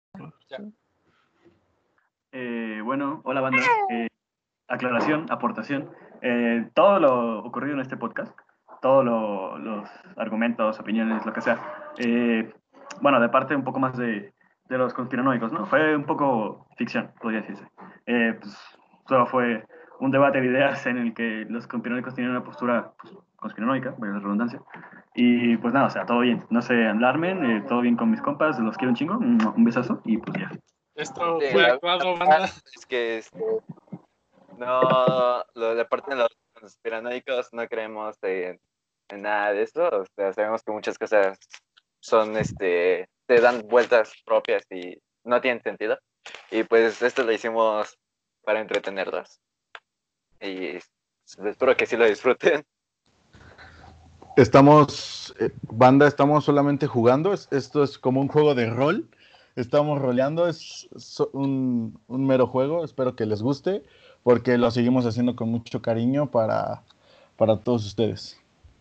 Ya. Bueno, hola banda. Aclaración, aportación. Todo lo ocurrido en este podcast, todos los argumentos, opiniones, lo que sea, bueno, de parte un poco más de los conspiranoicos, ¿no? Fue un poco ficción, podría decirse. Pues, solo fue un debate de ideas en el que los conspiranoicos tenían una postura pues, conspiranoica, valga la redundancia. Y pues nada, o sea, todo bien, no se alarmen, todo bien con mis compas, los quiero un chingo, un besazo y pues ya. Esto Sí, fue la actuado, verdad banda. es que no, de parte de los conspiranoicos no creemos en nada de eso. O sea, sabemos que muchas cosas son, te dan vueltas propias y no tienen sentido. Y pues esto lo hicimos para entretenerlos. Y espero que sí lo disfruten. Banda, estamos solamente jugando. Esto es como un juego de rol. Estamos roleando, es un mero juego. Espero que les guste, porque lo seguimos haciendo con mucho cariño para todos ustedes.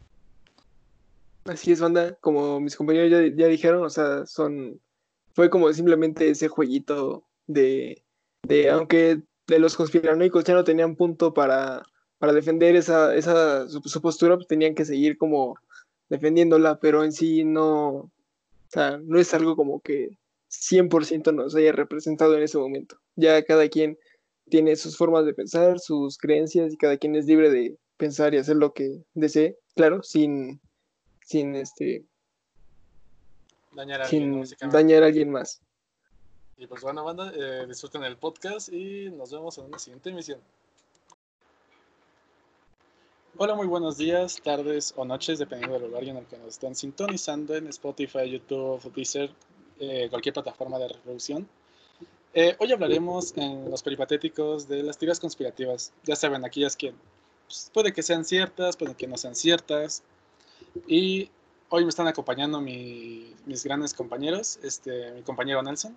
Así es, banda, como mis compañeros ya dijeron, o sea, fue como simplemente ese jueguito aunque de los conspiranoicos ya no tenían punto para defender su postura, pues tenían que seguir como defendiéndola, pero en sí no, o sea, no es algo como que 100% nos haya representado en ese momento. Ya cada quien tiene sus formas de pensar, sus creencias, y cada quien es libre de pensar y hacer lo que desee, claro, sin Dañar a alguien, ¿no? sin Básicamente. dañar a alguien más. Y pues bueno, banda, disfruten el podcast y nos vemos en una siguiente emisión. Hola, muy buenos días, tardes o noches, dependiendo del horario en el que nos estén sintonizando en Spotify, YouTube, Deezer, cualquier plataforma de reproducción. Hoy hablaremos en los peripatéticos de las teorías conspirativas. Ya saben, aquellas que pues, puede que sean ciertas, puede que no sean ciertas. Y hoy me están acompañando mis grandes compañeros, mi compañero Nelson.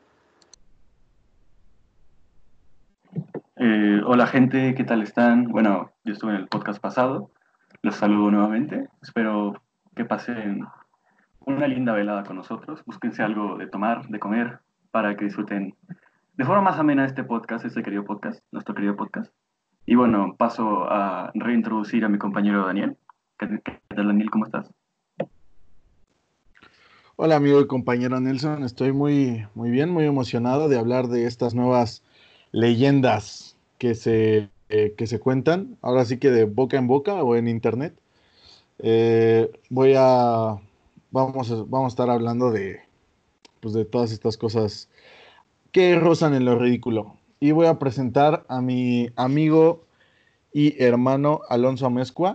Hola gente, ¿qué tal están? Bueno, yo estuve en el podcast pasado, los saludo nuevamente, espero que pasen una linda velada con nosotros, búsquense algo de tomar, de comer, para que disfruten de forma más amena este podcast, este querido podcast, nuestro querido podcast. Y bueno, paso a reintroducir a mi compañero Daniel. ¿Qué tal Daniel? ¿Cómo estás? Hola amigo y compañero Nelson, estoy muy bien, muy emocionado de hablar de estas nuevas leyendas que se cuentan, ahora sí que de boca en boca o en internet. Eh, voy a, vamos a estar hablando pues de todas estas cosas que rozan en lo ridículo. Y voy a presentar a mi amigo y hermano Alonso Amezcua.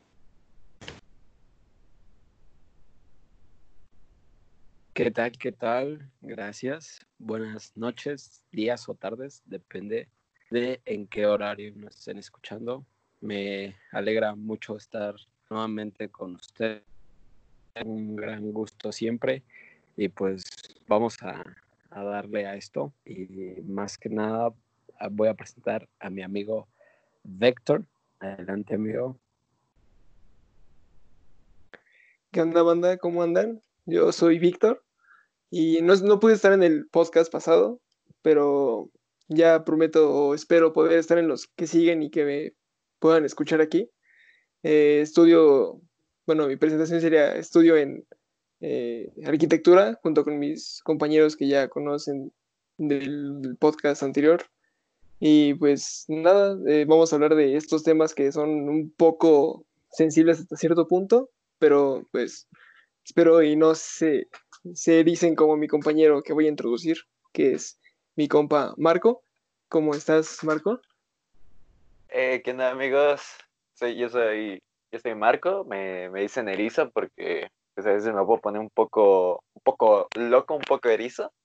¿Qué tal? ¿Qué tal? Gracias. Buenas noches, días o tardes, depende de en qué horario nos estén escuchando. Me alegra mucho estar nuevamente con usted. Un gran gusto siempre. Y pues vamos a darle a esto. Y más que nada voy a presentar a mi amigo Vector. Adelante, amigo. ¿Qué onda, banda? ¿Cómo andan? Yo soy Víctor y no pude estar en el podcast pasado, pero ya prometo o espero poder estar en los que siguen y que me puedan escuchar aquí. Bueno, mi presentación sería estudio en arquitectura junto con mis compañeros que ya conocen del podcast anterior. Y pues nada, vamos a hablar de estos temas que son un poco sensibles hasta cierto punto, pero pues espero y no se dicen como mi compañero que voy a introducir, que es mi compa Marco. ¿Cómo estás, Marco? ¿Qué onda, amigos? Yo soy Marco, me dicen erizo porque pues, a veces me puedo poner un poco loco, un poco erizo,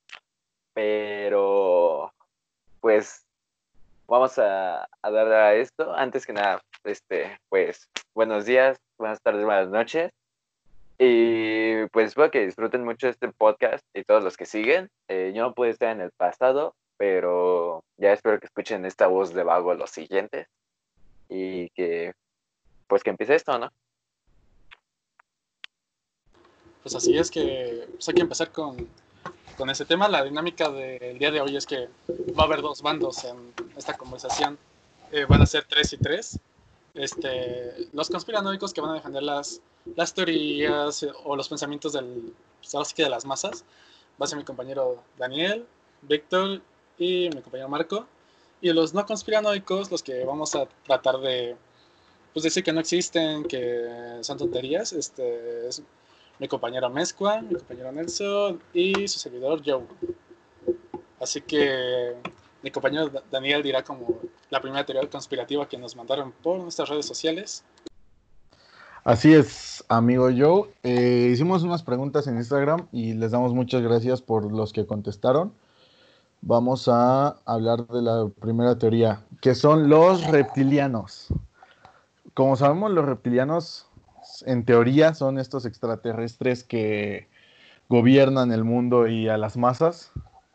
pero pues vamos a darle a esto. Antes que nada, pues buenos días, buenas tardes, buenas noches. Y pues espero que disfruten mucho este podcast y todos los que siguen. Yo no pude estar en el pasado, pero ya espero que escuchen esta voz de vago los siguientes y que pues que empiece esto, ¿no? Pues así es que pues hay que empezar con con ese tema. La dinámica del día de hoy es que va a haber dos bandos en esta conversación. Van a ser 3 y 3. Los conspiranoicos que van a defender las teorías o los pensamientos pues ahora sí que de las masas. Va a ser mi compañero Daniel, Víctor y mi compañero Marco. Y los no conspiranoicos, los que vamos a tratar de pues decir que no existen, que son tonterías, es mi compañero Mezcua, mi compañero Nelson y su servidor Joe. Así que mi compañero Daniel dirá como la primera teoría conspirativa que nos mandaron por nuestras redes sociales. Así es, amigo Joe. Hicimos unas preguntas en Instagram y les damos muchas gracias por los que contestaron. Vamos a hablar de la primera teoría, que son los reptilianos. Como sabemos, los reptilianos, en teoría, son estos extraterrestres que gobiernan el mundo y a las masas.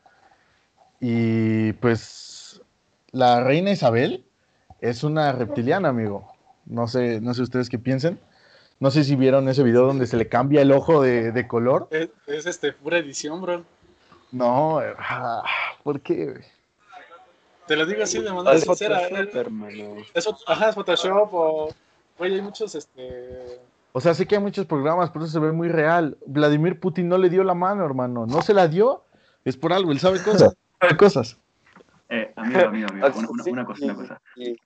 Y pues la reina Isabel es una reptiliana, amigo. No sé ustedes qué piensen. No sé si vieron ese video donde se le cambia el ojo de color. Es pura edición, bro. No, ¿por qué? Te lo digo así de manera Es sincera. Photoshop, hermano. Es Photoshop o... Oye, hay muchos, O sea, sé que hay muchos programas, pero eso se ve muy real. Vladimir Putin no le dio la mano, hermano. No se la dio, es por algo, él sabe cosas. Sabe cosas. Amigo, Sí. una cosa.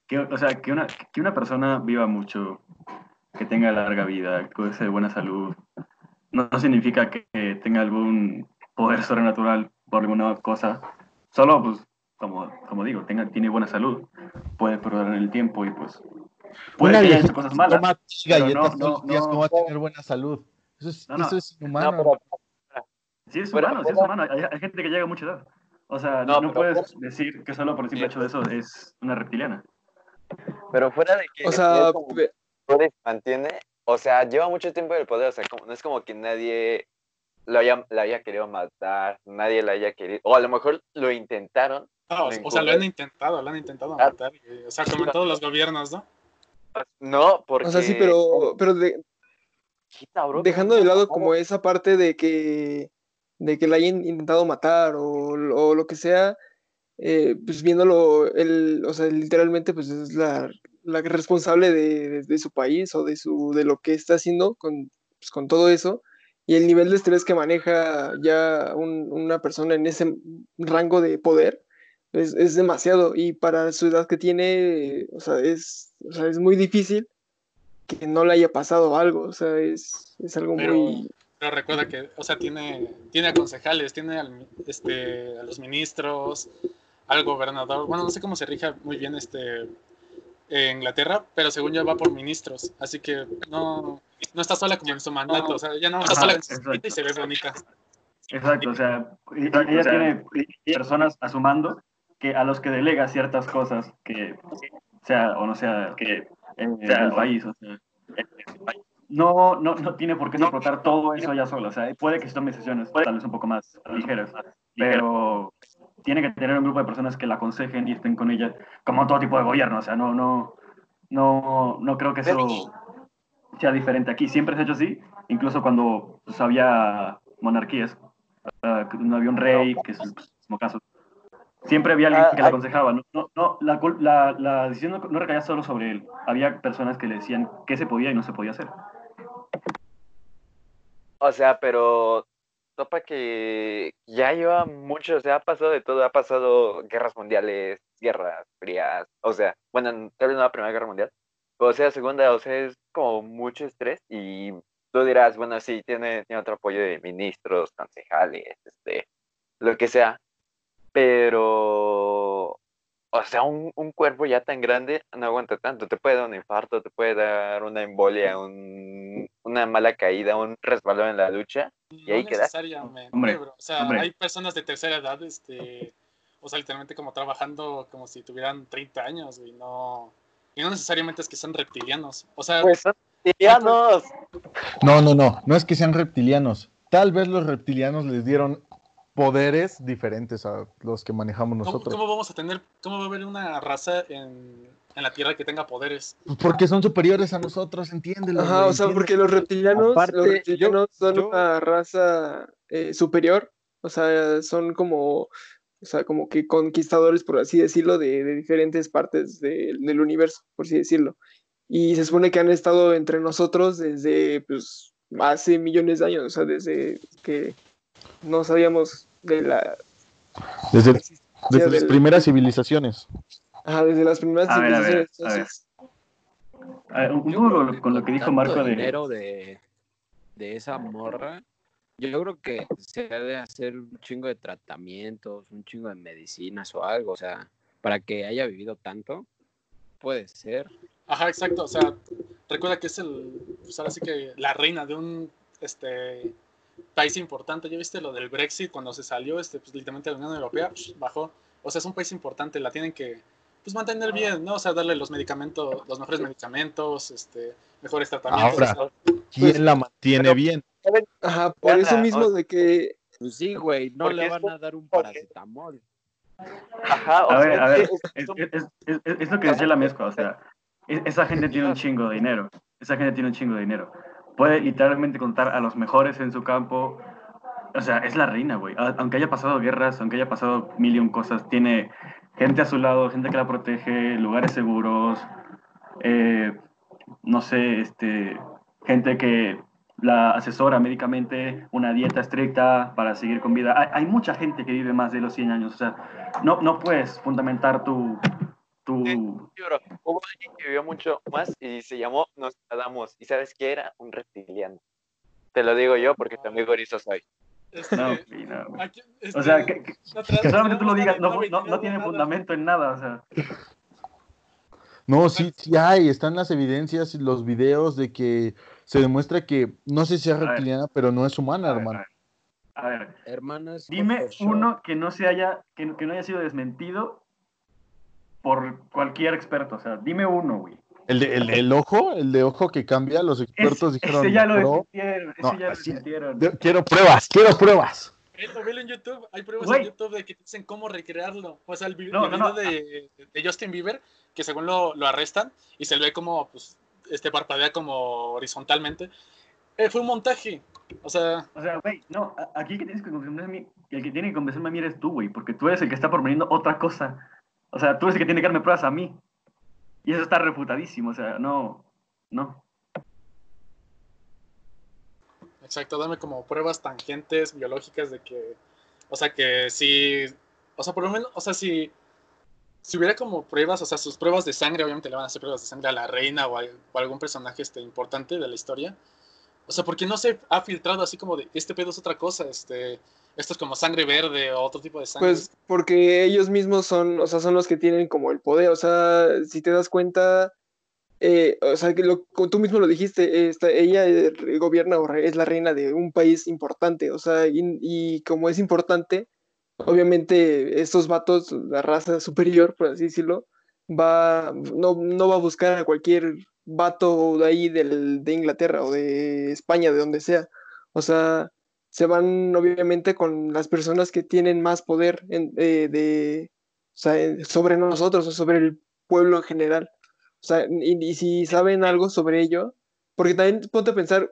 Que una persona viva mucho, que tenga larga vida, que goce de buena salud, no significa que tenga algún poder sobrenatural por alguna cosa. Solo, pues, como digo, tiene buena salud, puede perdurar en el tiempo y pues puede Una que haya viejita hecho cosas que malas. toma pero galletas todos los días no va a tener buena salud. Eso es inhumano. No, pero Sí es Fuera- humano, sí es humano. Hay gente que llega a mucha edad. O sea, No, no pero puedes decir que solo por el simple hecho de eso es una reptiliana. Pero fuera de que O sea, él como poder mantiene, o sea, lleva mucho tiempo en el poder, o sea, no es como que nadie la haya querido matar, nadie la haya querido, o a lo mejor lo intentaron. no, o sea, lo han intentado matar. O sea, como en todos los gobiernos, ¿no? No, porque... o sea, sí, pero Quita, bro, dejando como de una lado mamada. como esa parte de que la hayan intentado matar o lo que sea, pues viéndolo, o sea, literalmente pues es la responsable de su país o de lo que está haciendo pues, con todo eso y el nivel de estrés que maneja ya una persona en ese rango de poder es demasiado y para su edad que tiene, o sea, es muy difícil que no le haya pasado algo, o sea, es algo muy... Pero recuerda que, o sea, tiene a concejales, tiene a los ministros, al gobernador. Bueno, no sé cómo se rija muy bien en Inglaterra, pero según yo va por ministros. Así que no está sola como en su mandato. O sea, ella no está sola en su mandato y se ve bonita. Exacto, o sea, ella tiene personas a su mando a los que delega ciertas cosas que sea o no sea del país, o sea, no tiene por qué soportar todo eso ella sola, o sea, puede que se tome decisiones tal vez un poco más ligeras, pero tiene que tener un grupo de personas que la aconsejen y estén con ella, como todo tipo de gobierno, o sea, no creo que eso sea diferente aquí, siempre se ha hecho así, incluso cuando pues, había monarquías, no había un rey, que es el mismo caso. Siempre había alguien que le aconsejaba. La decisión no recaía solo sobre él. Había personas que le decían qué se podía y no se podía hacer. O sea, pero topa que ya lleva mucho, o sea, ha pasado de todo, ha pasado guerras mundiales, guerras frías, o sea, bueno, tal vez no la Primera Guerra Mundial, pero o sea, segunda, o sea, es como mucho estrés y tú dirás, bueno, sí, tiene otro apoyo de ministros, concejales, lo que sea, pero, o sea, un cuerpo ya tan grande no aguanta tanto, te puede dar un infarto, te puede dar una embolia, una mala caída, un resbalón en la ducha, y No ahí queda. necesariamente, Hombre, bro. O sea, hay personas de tercera edad, o sea, literalmente como trabajando como si tuvieran 30 años, y no necesariamente es que sean reptilianos. O sea, Pues son reptilianos. No es que sean reptilianos. Tal vez los reptilianos les dieron poderes diferentes a los que manejamos nosotros. ¿cómo va a haber una raza en la Tierra que tenga poderes? Porque son superiores a nosotros, entiéndelo. Ajá, o sea, porque los reptilianos, Aparte, son una raza superior O sea, son como, o sea, como que conquistadores, por así decirlo, de diferentes partes del universo, por así decirlo. Y se supone que han estado entre nosotros desde, pues, hace millones de años, o sea, desde que no sabíamos de la Desde, existencia desde las primeras civilizaciones. Ajá, desde las primeras A ver, a ver, civilizaciones. a ver. Entonces, Un Yo poco creo que con lo con que dijo tanto Marco de... dinero de esa morra, yo creo que se ha de hacer un chingo de tratamientos, un chingo de medicinas o algo, o sea, para que haya vivido tanto, puede ser. Ajá, exacto. O sea, recuerda que es pues ahora sí que la reina de un país importante. ¿Ya viste lo del Brexit cuando se salió, pues literalmente la Unión Europea bajó? O sea, es un país importante, la tienen que pues mantener bien, ¿no? O sea, darle los medicamentos, los mejores medicamentos, mejores tratamientos. Ahora, O sea, pues, ¿quién la mantiene Pero, bien? ¿saben? ajá, por eso Gana, mismo de que, Pues sí, güey, no le porque van a dar un porque, paracetamol. ajá, o A sea, ver, a ver, es un es lo que decía la mezcla, o sea, esa gente tiene un chingo de dinero, esa gente tiene un chingo de dinero. Puede literalmente contar a los mejores en su campo, o sea, es la reina, güey. Aunque haya pasado guerras, aunque haya pasado mil y un cosas, tiene gente a su lado, gente que la protege, lugares seguros, eh, no sé, gente que la asesora médicamente, una dieta estricta para seguir con vida. Hay mucha gente que vive más de los 100 años, o sea, no puedes fundamentar sí, tu... sí, bro. Hubo alguien que vivió mucho más y se llamó Nostradamus. ¿Y sabes qué era? Un reptiliano. Te lo digo yo porque también gorizo soy. No, este, güey, no, güey. aquí, O sea, que solamente tú lo Nostradamus digas no ha no venido tiene nada. fundamento en nada, o sea. No, sí, sí hay, están las evidencias y los videos de que se demuestra que no sé si es A ver, reptiliana, pero no es humana, a ver, a hermano. ver. A ver, Hermano, es dime Photoshop. uno que no que no haya sido desmentido por cualquier experto, o sea, dime uno, güey. El ojo, el de ojo que cambia, los expertos Ese dijeron, ya lo mejoró. desmintieron, No, ese ya lo así, desmintieron. quiero pruebas, quiero pruebas. Velo en YouTube. Hay pruebas en Güey, YouTube de que te dicen cómo recrearlo. O sea, no, el no, video no. de Justin Bieber, que según lo arrestan y se le ve como, pues, parpadea como horizontalmente. Fue un montaje. O sea, O sea, güey, no, aquí el que tienes que convencerme a mí, el que tiene que convencerme a mí eres tú, güey, porque tú eres el que está proponiendo otra cosa. O sea, tú eres el que tiene que darme pruebas a mí. Y eso está refutadísimo, o sea, no. exacto, dame como pruebas tangentes biológicas de que, o sea, que si, o sea, por lo menos, o sea, si hubiera como pruebas, o sea, sus pruebas de sangre, obviamente le van a hacer pruebas de sangre a la reina o a algún personaje importante de la historia. O sea, porque no se ha filtrado así como de este pedo es otra cosa, esto es como sangre verde o otro tipo de sangre. pues, porque ellos mismos son, o sea, son los que tienen como el poder, o sea, si te das cuenta, o sea, que como tú mismo lo dijiste, ella gobierna o es la reina de un país importante, o sea, y como es importante, obviamente estos vatos, la raza superior, por así decirlo, no va a buscar a cualquier vato de ahí de Inglaterra o de España, de donde sea. O sea, se van obviamente con las personas que tienen más poder o sea, sobre nosotros o sobre el pueblo en general. O sea, y si saben algo sobre ello, porque también ponte a pensar,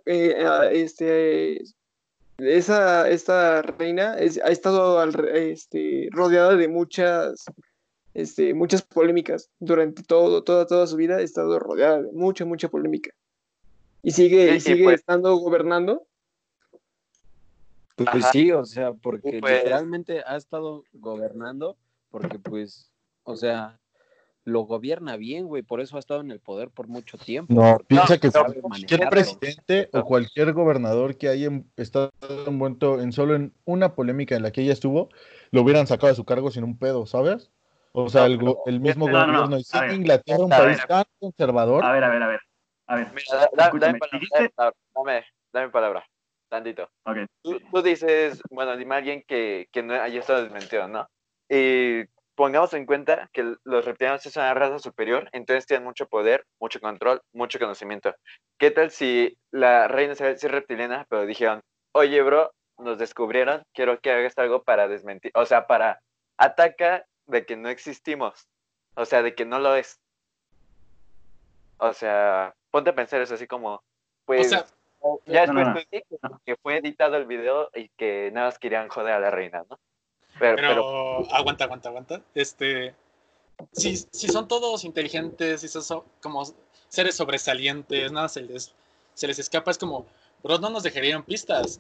esta reina ha estado rodeada de muchas polémicas. Durante toda su vida ha estado rodeada de mucha polémica. Y Y sigue pues, estando gobernando. Pues ajá, sí, o sea, porque pues, literalmente ha estado gobernando, porque pues, o sea, lo gobierna bien, güey, por eso ha estado en el poder por mucho tiempo, No, porque no, piensa que pero sabe cualquier manejarlo. presidente o cualquier gobernador que haya estado envuelto en solo en una polémica en la que ella estuvo, lo hubieran sacado de su cargo sin un pedo, ¿sabes? O sea, no, pero, el mismo No, gobierno, y a siendo ver, Inglaterra un a país ver, tan conservador, a ver, mira, dame escúchame, palabra, dijiste, dame palabra, tantito. ok, Tú dices, bueno, dime a alguien que no haya estado desmentido, ¿no? Y pongamos en cuenta que los reptilianos es una raza superior, entonces tienen mucho poder, mucho control, mucho conocimiento. ¿Qué tal si la reina Isabel sí es reptiliana, pero dijeron, oye, bro, nos descubrieron, quiero que hagas algo para desmentir, o sea, para ataca de que no existimos, o sea, de que no lo es. O sea, ponte a pensar eso así como, O sea, pues, Ya No, después no, tú dices que fue editado el video y que nada más querían joder a la reina, ¿no? Pero Pero aguanta. Si son todos inteligentes, si son como seres sobresalientes, nada se les escapa, es como, bro, no nos dejarían pistas,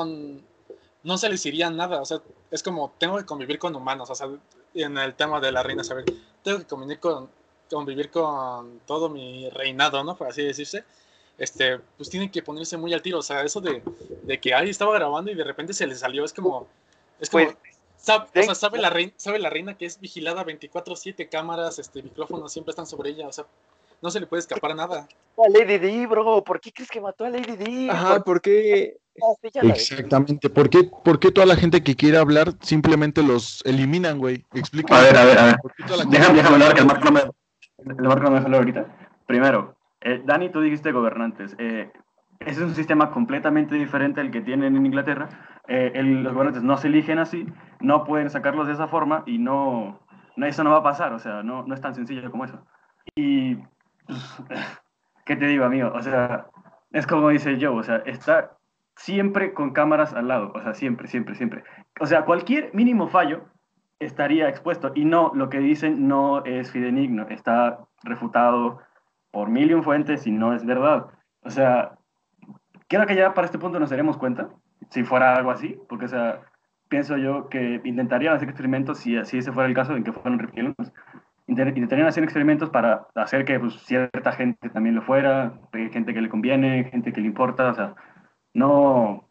no se les iría nada, o sea, es como, tengo que convivir con humanos, o sea, en el tema de la reina, saber, tengo que convivir con todo mi reinado, ¿no? Por así decirse, pues tienen que ponerse muy al tiro, o sea, eso de que alguien estaba grabando y de repente se les salió, es como, pues, o sea, sabe la reina que es vigilada 24/7, cámaras, micrófonos, siempre están sobre ella, o sea, no se le puede escapar nada. a Lady Di, bro, ¿por qué crees que mató a Lady Di? Ajá, porque Exactamente. ¿Por qué toda la gente que quiere hablar simplemente los eliminan, güey? Explícame. A ver. ¿Por qué toda la Déjame gente hablar, que el Marco no me dejó hablar ahorita. Primero, Dani, tú dijiste gobernantes. Ese es un sistema completamente diferente al que tienen en Inglaterra. Los gobernantes no se eligen así, no pueden sacarlos de esa forma y eso no va a pasar. O sea, no es tan sencillo como eso. Y, pues, ¿qué te digo, amigo? O sea, es como dice Joe, o sea, está siempre con cámaras al lado, o sea, siempre. O sea, cualquier mínimo fallo estaría expuesto y no, lo que dicen no es fidedigno, está refutado por mil y un fuentes y no es verdad. O sea, creo que ya para este punto nos daríamos cuenta, si fuera algo así, porque, o sea, pienso yo que intentarían hacer experimentos si ese fuera el caso en que fueran reptilianos. Intentarían hacer experimentos para hacer que pues, cierta gente también lo fuera, gente que le conviene, gente que le importa, o sea, no,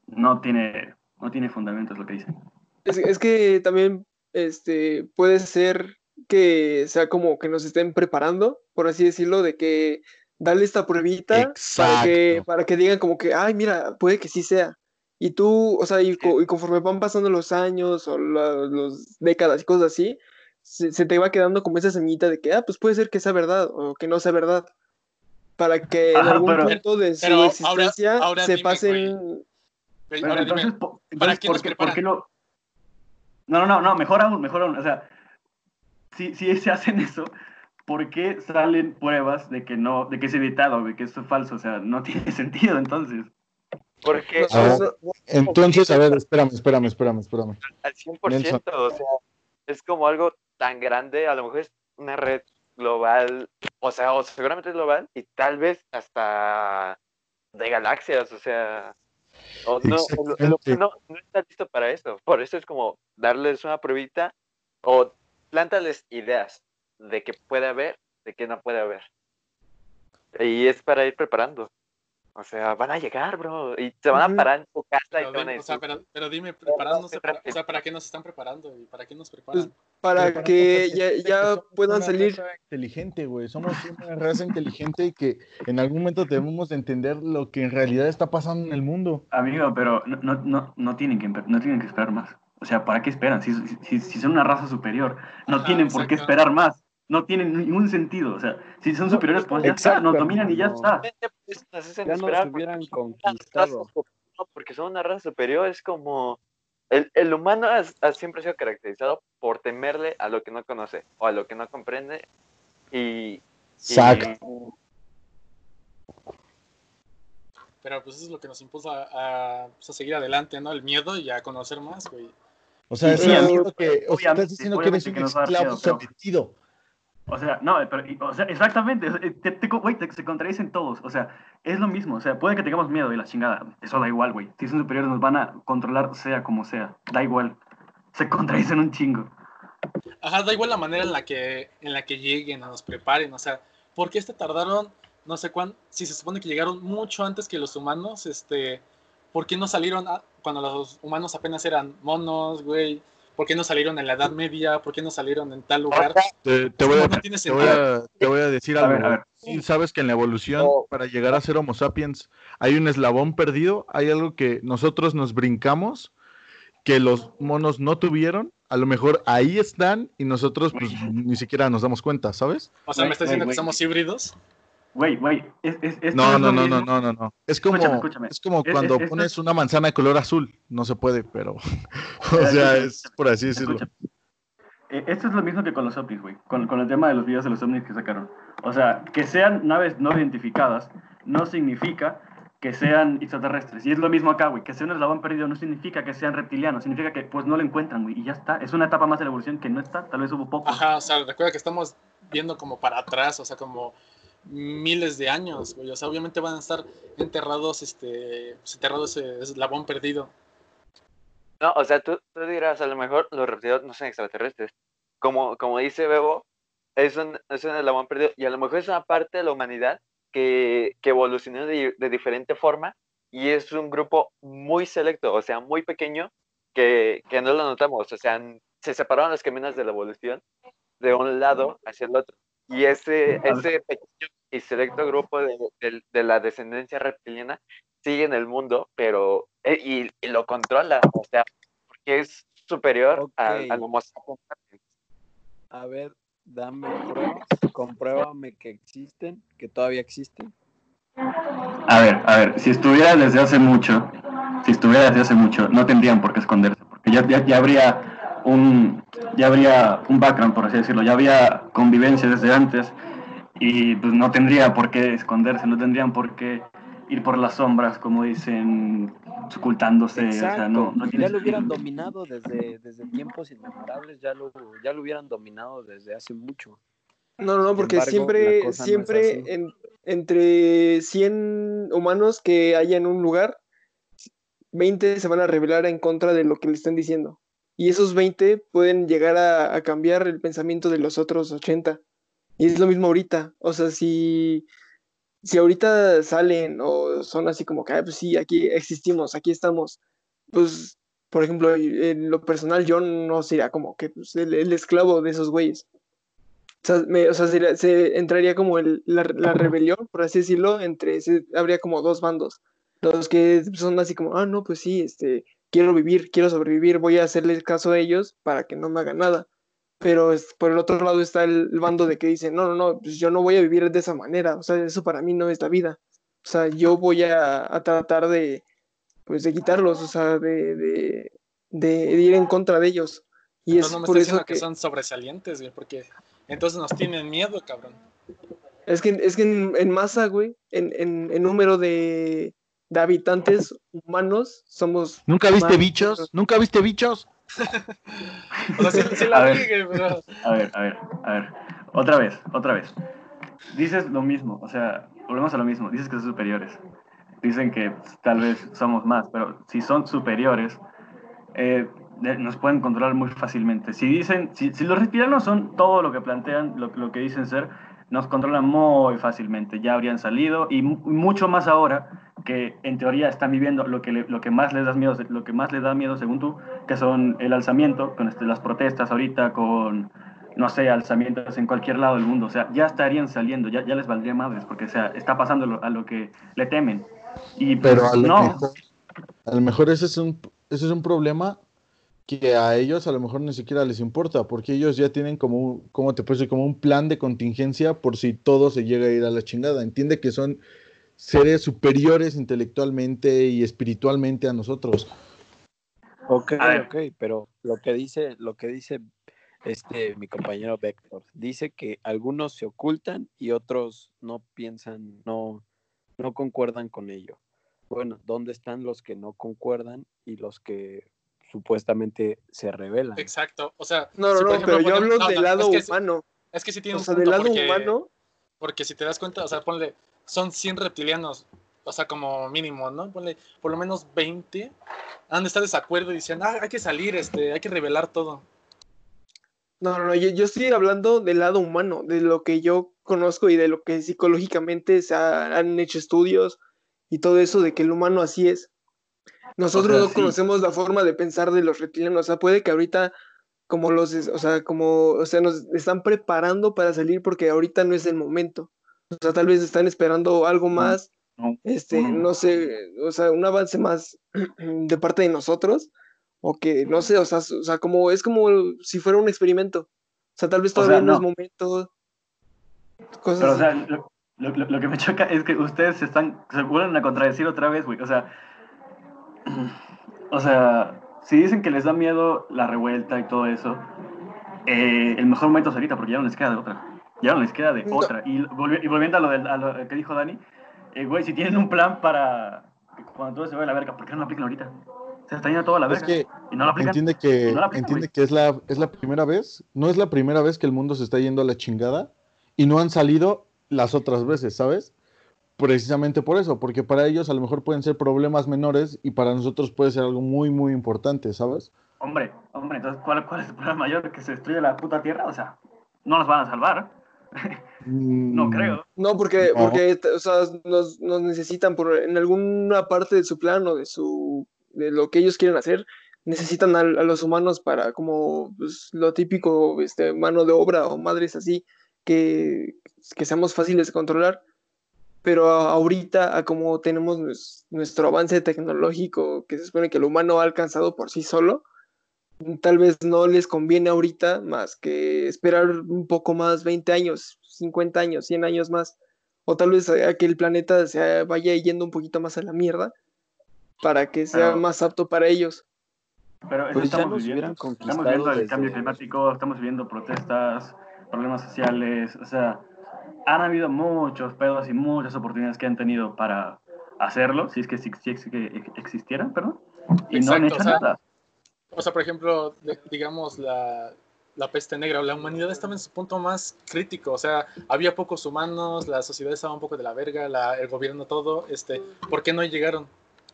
no tiene fundamentos lo que dicen. es que también puede ser que sea como que nos estén preparando, por así decirlo, de que darle esta pruebita Exacto. para que digan como que, ay, mira, puede que sí sea. Y tú, o sea, y conforme van pasando los años o los décadas y cosas así, se te va quedando como esa semillita de que, pues puede ser que sea verdad o que no sea verdad, para que en Ajá, algún pero, punto de su Pero existencia ahora se dime, güey, pasen. pero ahora entonces, dime, ¿para qué nos ¿por qué preparan? lo...? No, mejor aún, o sea, si se hacen eso, ¿por qué salen pruebas de que no, de que es editado, de que esto es falso? O sea, no tiene sentido entonces. porque A ver, no entonces, a ver, confío espérame. al Nelson. 100%, o sea, es como algo tan grande, a lo mejor es una red global, o sea, o seguramente es global y tal vez hasta de galaxias, o sea, o no, el Exactamente. humano no está listo para eso, por eso es como darles una pruebita o plántales ideas de que puede haber, de que no puede haber, y es para ir preparando. O sea, van a llegar, bro, y se van a Ujú. parar en tu casa y Pero te van a dime, o sea, decir, pero dime, "No, preparándose o rápido". sea, ¿para qué nos están preparando y para qué nos Pues preparan? para que ya Somos puedan una salir. raza inteligente, güey. Somos una raza inteligente y que en algún momento debemos de entender lo que en realidad está pasando en el mundo. Amigo, pero no tienen no tienen que esperar más. O sea, ¿para qué esperan? Si son una raza superior, no Ajá, tienen por qué exacto. esperar más. No tienen ningún sentido. O sea, si son No, superiores, pues ya está, nos Exacto, dominan y ya hermano. está. pues, nos hacen Ya nos esperar hubieran una raza conquistado. no, porque son una raza superior, es como el humano ha siempre sido caracterizado por temerle a lo que no conoce o a lo que no comprende y Exacto. Pero pues eso es lo que nos impulsa pues, a seguir adelante, ¿no? El miedo y a conocer más, güey. O sea, es Sí, el amigo, miedo que, o sea, estás diciendo que eres obviamente un que nos va a dar esclavo miedo, pero, sometido. o sea, no, pero, o sea, exactamente, o sea, güey, se contradicen todos, o sea, es lo mismo, o sea, puede que tengamos miedo y la chingada, eso da igual, güey, si son superiores nos van a controlar sea como sea, da igual, se contradicen un chingo. Ajá, da igual la manera en la que lleguen, o nos preparen, o sea, ¿por qué tardaron, no sé cuándo, si se supone que llegaron mucho antes que los humanos, ¿por qué no salieron cuando los humanos apenas eran monos, güey? ¿Por qué no salieron en la Edad Media? ¿Por qué no salieron en tal lugar? Te Es voy como a, no tiene te voy sentido. a, te voy a decir A algo, ver, a güey. ver, Sí, sabes que en la evolución, o para llegar a ser Homo sapiens, hay un eslabón perdido, hay algo que nosotros nos brincamos, que los monos no tuvieron. A lo mejor ahí están y nosotros pues ni siquiera nos damos cuenta, ¿sabes? O sea, ¿me estás diciendo que güey, somos híbridos? esto No, es no, lo no, no, mismo, no, no, no. escúchame, Es como cuando esto es, pones una manzana de color azul. No se puede, pero, o sea, es por así decirlo. escúchame. Esto es lo mismo que con los ovnis, güey, con el tema de los videos de los ovnis que sacaron. O sea, que sean naves no identificadas no significa que sean extraterrestres. Y es lo mismo acá, güey. Que sea un eslabón perdido no significa que sean reptilianos, significa que pues no lo encuentran, güey. Y ya está. Es una etapa más de la evolución que no está. Tal vez hubo poco. Ajá, o sea, recuerda que estamos viendo como para atrás, o sea, como miles de años, güey. O sea, obviamente van a estar enterrados, enterrado ese eslabón perdido. No, o sea, tú dirás, a lo mejor los reptilianos no son extraterrestres. Como dice Bebo, es un eslabón perdido y a lo mejor es una parte de la humanidad que evolucionó de diferente forma y es un grupo muy selecto, o sea, muy pequeño que no lo notamos. O sea, se separaron los caminos de la evolución de un lado hacia el otro. Y ese pequeño y selecto grupo de la descendencia reptiliana sigue en el mundo, pero y lo controla, o sea, porque es superior Ok. al Homo sapiens. A ver, dame pruebas, compruébame que existen, que todavía existen. A ver, si estuviera desde hace mucho, no tendrían por qué esconderse, porque ya habría un background, por así decirlo, ya habría convivencia desde antes, y pues no tendría por qué esconderse, no tendrían por qué ir por las sombras, como dicen, ocultándose, Exacto. o sea, no tiene Ya lo hubieran sentido. dominado desde tiempos inmemorables, ya lo hubieran dominado desde hace mucho. No, Sin porque embargo, la siempre, cosa no es así. entre 100 humanos que haya en un lugar, 20 se van a rebelar en contra de lo que le están diciendo. Y esos 20 pueden llegar a cambiar el pensamiento de los otros 80. Y es lo mismo ahorita. O sea, si ahorita salen o son así como que, "Ah, pues sí, aquí existimos, aquí estamos", pues, por ejemplo, en lo personal, yo no sería como que pues, el esclavo de esos güeyes. O sea, se entraría como la rebelión, por así decirlo, habría como dos bandos. Los que son así como, no, pues sí, quiero vivir, quiero sobrevivir, voy a hacerle caso a ellos para que no me hagan nada. Pero por el otro lado está el bando de que dice, no, no, no, pues yo no voy a vivir de esa manera, o sea, eso para mí no es la vida. O sea, yo voy a tratar pues, de quitarlos, o sea, de ir en contra de ellos. Y Entonces es no me por estás eso diciendo que que son sobresalientes, güey, porque entonces nos tienen miedo, cabrón. Es que en masa, güey, en número de habitantes humanos, somos ¿Nunca viste más. bichos? ¿Nunca viste bichos? O sea, sí A la ver. vi, güey, pero... A ver. Otra vez. Dices lo mismo, o sea, volvemos a lo mismo. Dices que son superiores. Dicen que tal vez somos más, pero si son superiores, nos pueden controlar muy fácilmente. Si los reptilianos son todo lo que plantean, lo que dicen ser, nos controlan muy fácilmente. Ya habrían salido y mucho más ahora que en teoría están viviendo lo que más les da miedo, lo que más les da miedo según tú, que son el alzamiento, con las protestas ahorita, con no sé, alzamientos en cualquier lado del mundo. O sea, ya estarían saliendo, ya les valdría madres, porque o sea, está pasando a lo que le temen. Y pues Pero no. a lo mejor ese es un problema que a ellos a lo mejor ni siquiera les importa, porque ellos ya tienen como te puedo decir, como un plan de contingencia por si todo se llega a ir a la chingada. Entiende que son seres superiores intelectualmente y espiritualmente a nosotros. Ok, A ver, ok, pero lo que dice mi compañero Vector, dice que algunos se ocultan y otros no piensan, no concuerdan con ello. Bueno, ¿dónde están los que no concuerdan y los que supuestamente se rebelan? Exacto, o sea, No, no, si por no, pero ejemplo yo ponemos... hablo No, del no, lado humano. es que sí tiene O un sea, del punto, lado humano, porque si te das cuenta, o sea, ponle, son 100 reptilianos, o sea, como mínimo, ¿no? Ponle, por lo menos 20 han de estar de desacuerdo y dicen, hay que salir, hay que revelar todo. no, no, no, yo estoy hablando del lado humano, de lo que yo conozco y de lo que psicológicamente han hecho estudios y todo eso de que el humano así es. o Nosotros sea, no sí. conocemos la forma de pensar de los reptilianos. O sea, puede que ahorita o sea, nos están preparando para salir porque ahorita no es el momento. O sea, tal vez están esperando algo No, más, no. no sé, o sea, un avance más de parte de nosotros, o que, no sé, o sea, como, es como si fuera un experimento. O sea, tal vez O todavía sea, no es no. momento, cosas Pero, o así. sea, lo que me choca es que ustedes se vuelven a contradecir otra vez, güey. O sea, si dicen que les da miedo la revuelta y todo eso, el mejor momento es ahorita, porque ya no les queda de otra. Ya no les queda de No, otra. Y volviendo a lo que dijo Dani, güey, si tienen un plan para cuando todo se vaya a la verga, ¿por qué no lo aplican ahorita? Se está yendo toda la Es verga. que Y no lo aplican. entiende Y no lo aplican, entiende güey. que es la primera vez, no es la primera vez que el mundo se está yendo a la chingada y no han salido las otras veces, ¿sabes? Precisamente por eso, porque para ellos a lo mejor pueden ser problemas menores y para nosotros puede ser algo muy, muy importante, ¿sabes? Hombre, entonces, ¿cuál es el problema mayor? ¿Que se destruye la puta tierra? O sea, no nos van a salvar. No Mm, creo. No, porque, no. o sea, nos necesitan en alguna parte de su plan o de lo que ellos quieren hacer, necesitan a los humanos para como pues, lo típico, mano de obra o madres así, que, que seamos fáciles de controlar. Pero ahorita, a como tenemos nuestro avance tecnológico, que se supone que el humano ha alcanzado por sí solo, tal vez no les conviene ahorita más que esperar un poco más, 20 años, 50 años, 100 años más, o tal vez a que el planeta se vaya yendo un poquito más a la mierda para que sea Pero, más apto para ellos. pero eso Pues ya estamos nos viviendo. hubieran Estamos viendo conquistado el cambio desde... climático, estamos viviendo protestas, problemas sociales. O sea, han habido muchos pedos y muchas oportunidades que han tenido para hacerlo, si es que, existieran, perdón, y no han Exacto, hecho nada. o sea, por ejemplo, digamos la peste negra, la humanidad estaba en su punto más crítico, o sea, había pocos humanos, la sociedad estaba un poco de la verga, el gobierno todo, ¿por qué no llegaron?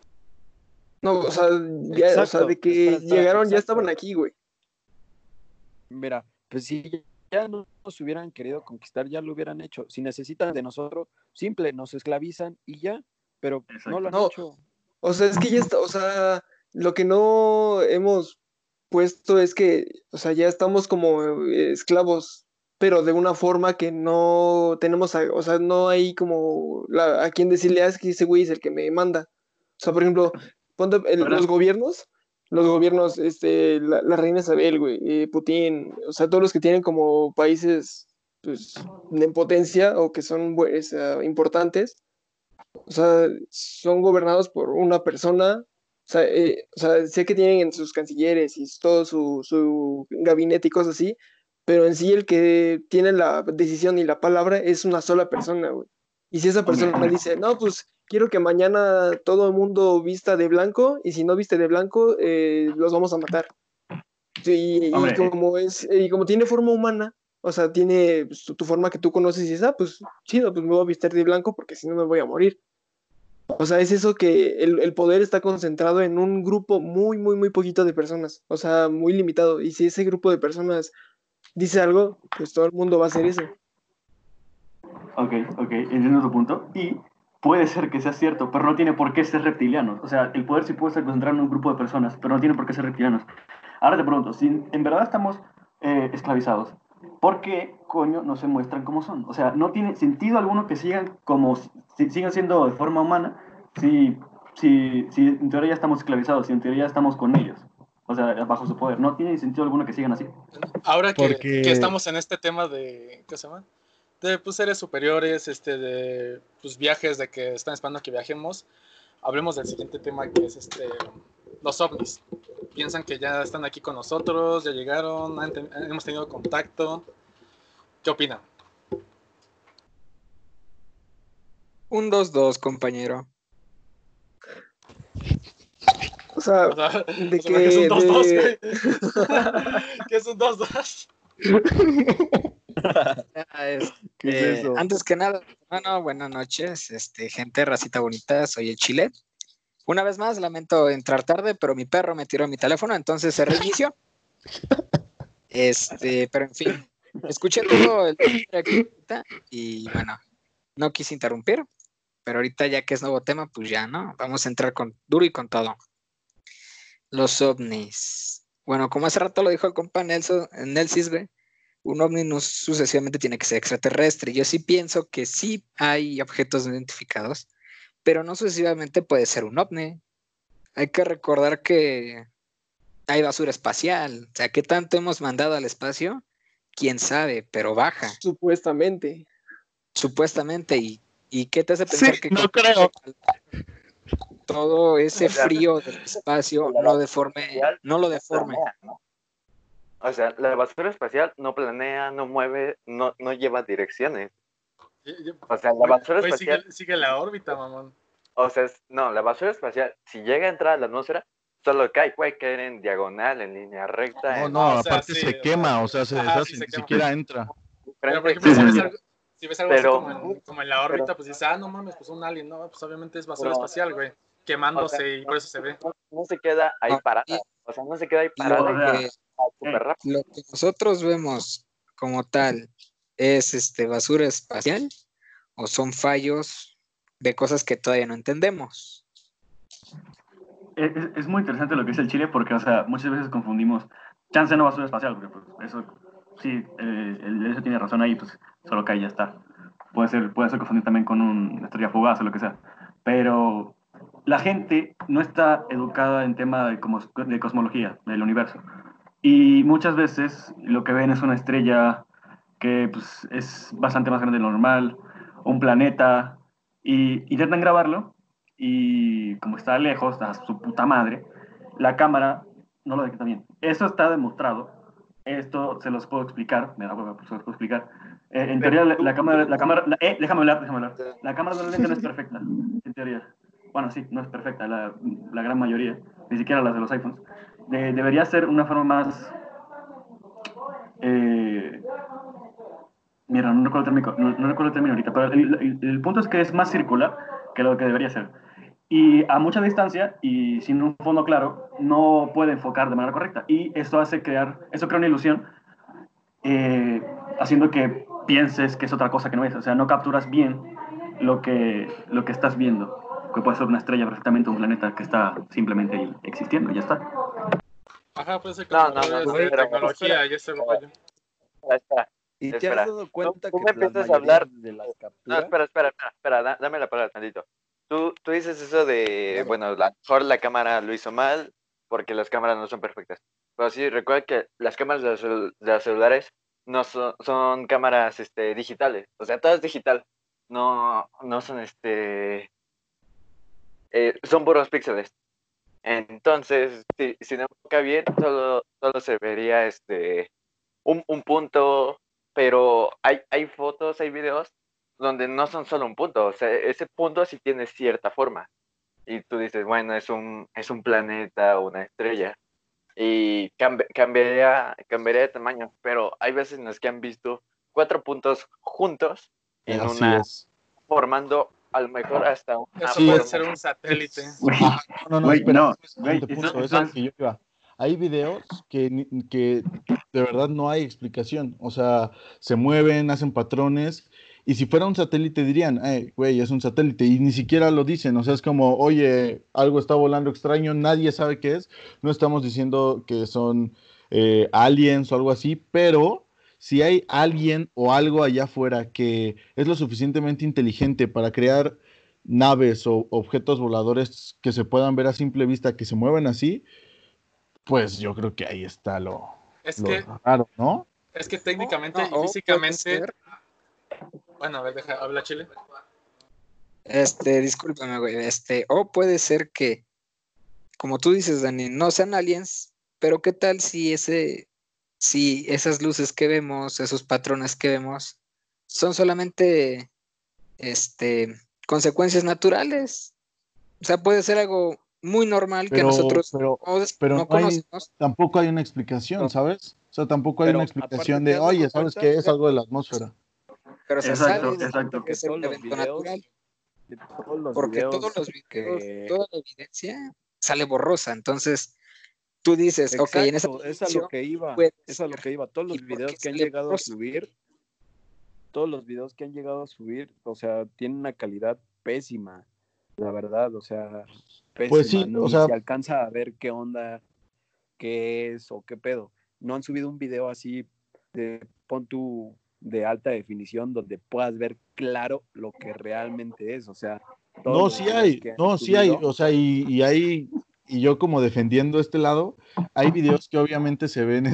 No, o sea, ya, o sea, Exacto, de que espera, llegaron, ya exacto. estaban aquí, güey. Mira, pues si ya no nos hubieran querido conquistar, ya lo hubieran hecho. Si necesitan de nosotros, simple, nos esclavizan y ya, pero no lo han No, hecho. o sea, es que ya está, o sea, lo que no hemos puesto es que, o sea, ya estamos como esclavos, pero de una forma que no tenemos, o sea, no hay como a quien decirle, es que ese güey es el que me manda. O sea, por ejemplo, ponte los gobiernos, la reina Isabel, güey, Putin, o sea, todos los que tienen como países, pues, en potencia o que son importantes, o sea, son gobernados por una persona. O sea, sé que tienen sus cancilleres y todo su gabinete y cosas así, pero en sí el que tiene la decisión y la palabra es una sola persona, güey. Y si esa Hombre, persona dice, no, pues quiero que mañana todo el mundo vista de blanco, y si no viste de blanco, los vamos a matar. Sí, hombre, y como tiene forma humana, o sea, tiene pues, tu forma que tú conoces y dices, pues chido, pues me voy a vestir de blanco porque si no me voy a morir. O sea, es eso que el poder está concentrado en un grupo muy, muy, muy poquito de personas. O sea, muy limitado. Y si ese grupo de personas dice algo, pues todo el mundo va a hacer eso. ok, entiendo tu punto. Y puede ser que sea cierto, pero no tiene por qué ser reptilianos. O sea, el poder sí puede estar concentrado en un grupo de personas, pero no tiene por qué ser reptilianos. Ahora te pregunto, si en verdad estamos esclavizados, ¿por qué coño no se muestran como son? O sea, no tiene sentido alguno que sigan como sigan siendo de forma humana si en teoría ya estamos esclavizados, si en teoría estamos con ellos. O sea, bajo su poder. No tiene sentido alguno que sigan así. Ahora que Porque estamos en este tema ¿qué se llama? De pues, seres superiores, de pues, viajes, de que están esperando que viajemos, hablemos del siguiente tema que es los ovnis. Piensan que ya están aquí con nosotros, ya llegaron, hemos tenido contacto. ¿Qué opinan? Un 2-2, compañero. O sea, O sea, de ¿qué es un que... 2-2, De... güey? ¿Qué es un 2-2? ¿qué es eso? Antes que nada, buenas noches, gente, racita bonita, soy el Chile. Una vez más, lamento entrar tarde, pero mi perro me tiró mi teléfono, entonces se reinició. Pero en fin, escuché todo el y bueno, no quise interrumpir, pero ahorita ya que es nuevo tema, pues ya, ¿no? Vamos a entrar con duro y con todo. Los ovnis. Bueno, como hace rato lo dijo el compa Nelsis, güey, un ovni no sucesivamente tiene que ser extraterrestre. Yo sí pienso que sí hay objetos no identificados, pero no sucesivamente puede ser un ovni. Hay que recordar que hay basura espacial. O sea, ¿qué tanto hemos mandado al espacio? Quién sabe, pero baja, Supuestamente. supuestamente. ¿Y qué te hace pensar que no con creo. todo ese frío del espacio no lo deforme? ¿No? O sea, la basura espacial no planea, no mueve, no lleva direcciones. O sea, la basura Pues espacial, sigue la órbita, mamón. o sea, no, la basura espacial, si llega a entrar a la atmósfera, solo cae, puede caer en diagonal, en línea recta, No, en no, o sea, aparte sí, se o quema, sea, o sea, se ajá, deshace, sí se ni quema. siquiera entra. Pero, por diferente ejemplo, sentido. si ves algo así Pero, como en la órbita, pues dices, no mames, pues un alien, no, pues obviamente es basura pero, espacial, güey, o sea, quemándose y por eso se ve. no se queda ahí Ahora parada, bien, o sea, no se queda ahí lo parada O y sea, que, súper rápido. lo que nosotros vemos como tal es basura espacial o son fallos de cosas que todavía no entendemos. es muy interesante lo que dice el Chile porque, o sea, muchas veces confundimos chance no basura espacial, porque pues eso, sí, eso tiene razón ahí, pues solo cae y ya está. Puede ser confundido también con una estrella fugaz o lo que sea. Pero la gente no está educada en tema de cosmología, del universo. Y muchas veces lo que ven es una estrella que pues, es bastante más grande de lo normal, un planeta, y intentan grabarlo, y como está lejos, a su puta madre, la cámara no lo detecta bien. Eso está demostrado, esto se los puedo explicar, me da hueva, pues se los puedo explicar. En teoría, déjame hablar. La cámara de la lente no es perfecta, en teoría. Bueno, sí, no es perfecta, la gran mayoría, ni siquiera las de los iPhones. Debería ser una forma más eh, mira, no recuerdo el término ahorita, pero el punto es que es más circular que lo que debería ser. Y a mucha distancia y sin un fondo claro, no puede enfocar de manera correcta. Y eso crea una ilusión, eh, haciendo que pienses que es otra cosa que no es. O sea, no capturas bien lo que estás viendo, que puede ser una estrella perfectamente, un planeta que está simplemente ahí existiendo, y ya está. Ajá, puede ser No, como no, no, errores no, de Güey, tecnología y ese rollo. espera, ¿y te has espera. dado Tú, cuenta tú que me la empiezas a mayoría hablar. de las No, capturas, espera, dame la palabra tantito. Tú dices eso de, Claro. bueno, a lo mejor la cámara lo hizo mal porque las cámaras no son perfectas. Pero sí, recuerda que las cámaras de los celulares no son cámaras digitales. O sea, todo es digital. No son son puros píxeles. Entonces, si no enfoca bien, solo se vería un punto, pero hay fotos, hay videos donde no son solo un punto, o sea, ese punto sí tiene cierta forma. Y tú dices, bueno, es un planeta o una estrella. Y cambiaría de tamaño, pero hay veces en las que han visto 4 puntos juntos en Así una, es. formando a lo mejor hasta una Eso Sí, puede forma. ser un satélite. Güey, no, güey, espera, no, ese es el güey, siguiente punto, es a lo que yo iba. Hay videos que de verdad no hay explicación, o sea, se mueven, hacen patrones, y si fuera un satélite dirían, güey, es un satélite, y ni siquiera lo dicen, o sea, es como, oye, algo está volando extraño, nadie sabe qué es, no estamos diciendo que son aliens o algo así, pero si hay alguien o algo allá afuera que es lo suficientemente inteligente para crear naves o objetos voladores que se puedan ver a simple vista, que se mueven así, pues yo creo que ahí está Es lo que, raro, ¿no? es que No, técnicamente no, y o puede físicamente, ser, bueno, a ver, habla Chile. discúlpame, güey, o puede ser que, como tú dices, Dani, no sean aliens, pero ¿qué tal si esas luces que vemos, esos patrones que vemos, son solamente, este, consecuencias naturales? O sea, puede ser algo muy normal que Pero, nosotros pero, pero no no hay, conocemos, tampoco hay una explicación, no, ¿sabes? O sea, tampoco hay una pero aparte explicación te de, has dado oye, ¿sabes cuenta, qué? Es algo de la atmósfera. pero se te has sale exacto, dado de cuenta exacto. lo que que es el todos los evento videos, natural, que todos los porque todos videos los videos, que... toda la evidencia sale borrosa. Entonces, tú dices, ok, en esa Exacto, televisión puede es a lo ser. que iba. Todos ¿Y los por qué videos que han sale llegado a borrosa? subir, todos los videos que han llegado a subir, o sea, tienen una calidad pésima, la verdad, o sea, Pues pésima. sí, o Ni sea, se alcanza a ver qué onda, qué es o qué pedo. No han subido un video así de pon tú de alta definición donde puedas ver claro lo que realmente es. O sea, todos no, los videos que han sí hay, subido, o sea, y yo como defendiendo este lado, hay videos que obviamente se ven,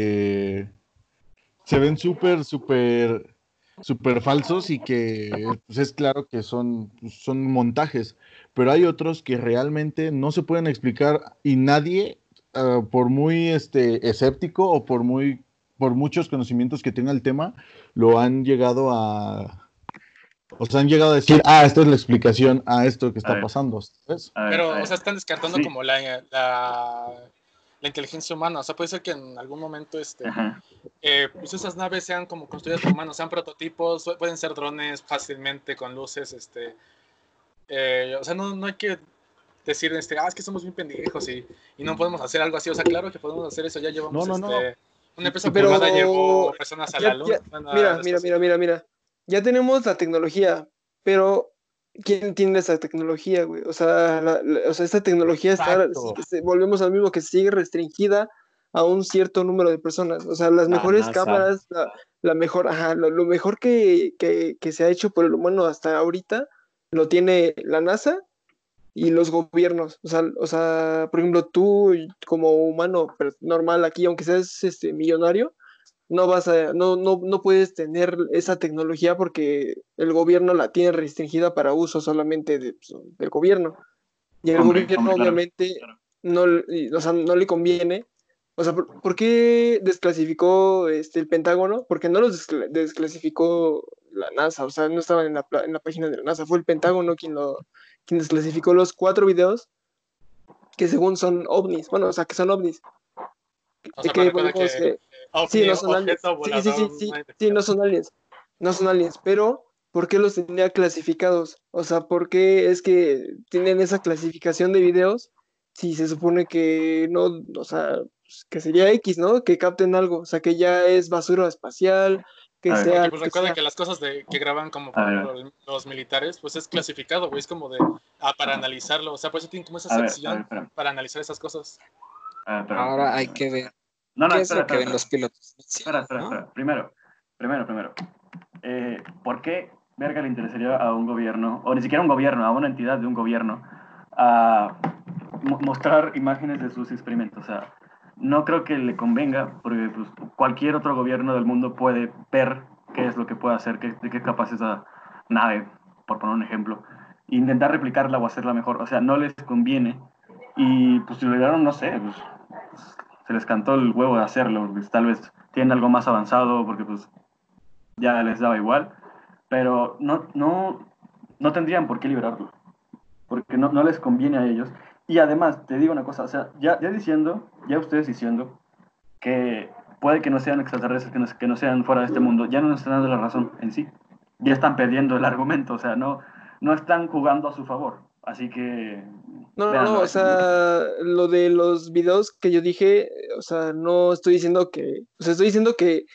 se ven súper falsos y que pues, es claro que son montajes, pero hay otros que realmente no se pueden explicar y nadie, por muy escéptico o por muchos conocimientos que tenga el tema, lo han llegado O sea, han llegado a decir, esta es la explicación a esto que A está ver. pasando, ¿sabes? A ver, Pero, a ver. o sea, están descartando Sí. como la inteligencia humana. O sea, puede ser que en algún momento Ajá. pues esas naves sean como construidas por humanos, sean prototipos, pueden ser drones fácilmente con luces. O sea, no hay que decir, es que somos bien pendejos y no podemos hacer algo así. O sea, claro que podemos hacer eso. Ya llevamos, No. una empresa Pero privada llevó personas a la luna. mira. Ya tenemos la tecnología, pero ¿quién tiene esa tecnología, güey? O sea, o sea, esta tecnología Exacto. volvemos al mismo, que sigue restringida a un cierto número de personas. O sea, las mejores NASA. cámaras, la mejor, lo mejor que se ha hecho por el humano hasta ahorita lo tiene la NASA y los gobiernos. O sea, por ejemplo, tú como humano normal aquí, aunque seas millonario, no puedes tener esa tecnología porque el gobierno la tiene restringida para uso solamente del gobierno. Y el Hombre, gobierno claro. obviamente o sea, no le conviene. O sea, ¿por qué desclasificó el Pentágono? Porque no los desclasificó la NASA, o sea, no estaban en la página de la NASA, fue el Pentágono quien desclasificó los 4 videos que según son ovnis, bueno, o sea, que son ovnis, O sea, pero que recuerda podemos, que sí, ovni, no son aliens, objeto volador no sí, identificado. no son aliens, pero ¿por qué los tenía clasificados? O sea, ¿por qué es que tienen esa clasificación de videos si se supone que no, o sea, pues, que sería X, ¿no? Que capten algo, o sea, que ya es basura espacial, que A ver. sea Porque lo pues que recuerda sea. que las cosas que graban como A por ver. ejemplo los militares, pues es clasificado, güey, es como para analizarlo, o sea, por eso tienen como esa A ver, sección espera. para analizar esas cosas. Ahora hay que ver No, qué es espera, lo que ven espera. los pilotos. Espera. Primero. ¿Por qué verga le interesaría a un gobierno, o ni siquiera a un gobierno, a una entidad de un gobierno, a mostrar imágenes de sus experimentos? O sea, no creo que le convenga, porque pues, cualquier otro gobierno del mundo puede ver qué es lo que puede hacer, de qué es capaz esa nave, por poner un ejemplo, e intentar replicarla o hacerla mejor. O sea, no les conviene. Y pues si lo lograron, no sé, pues, se les cantó el huevo de hacerlo, porque tal vez tienen algo más avanzado, porque pues ya les daba igual, pero no tendrían por qué liberarlo, porque no les conviene a ellos. Y además, te digo una cosa, o sea, ya ustedes diciendo que puede que no sean extraterrestres, que no sean fuera de este mundo, ya no nos están dando la razón en sí. Ya están perdiendo el argumento, o sea, no están jugando a su favor. Así que, No, véanlo o así. sea, lo de los videos que yo dije, o sea, no estoy diciendo o sea, estoy diciendo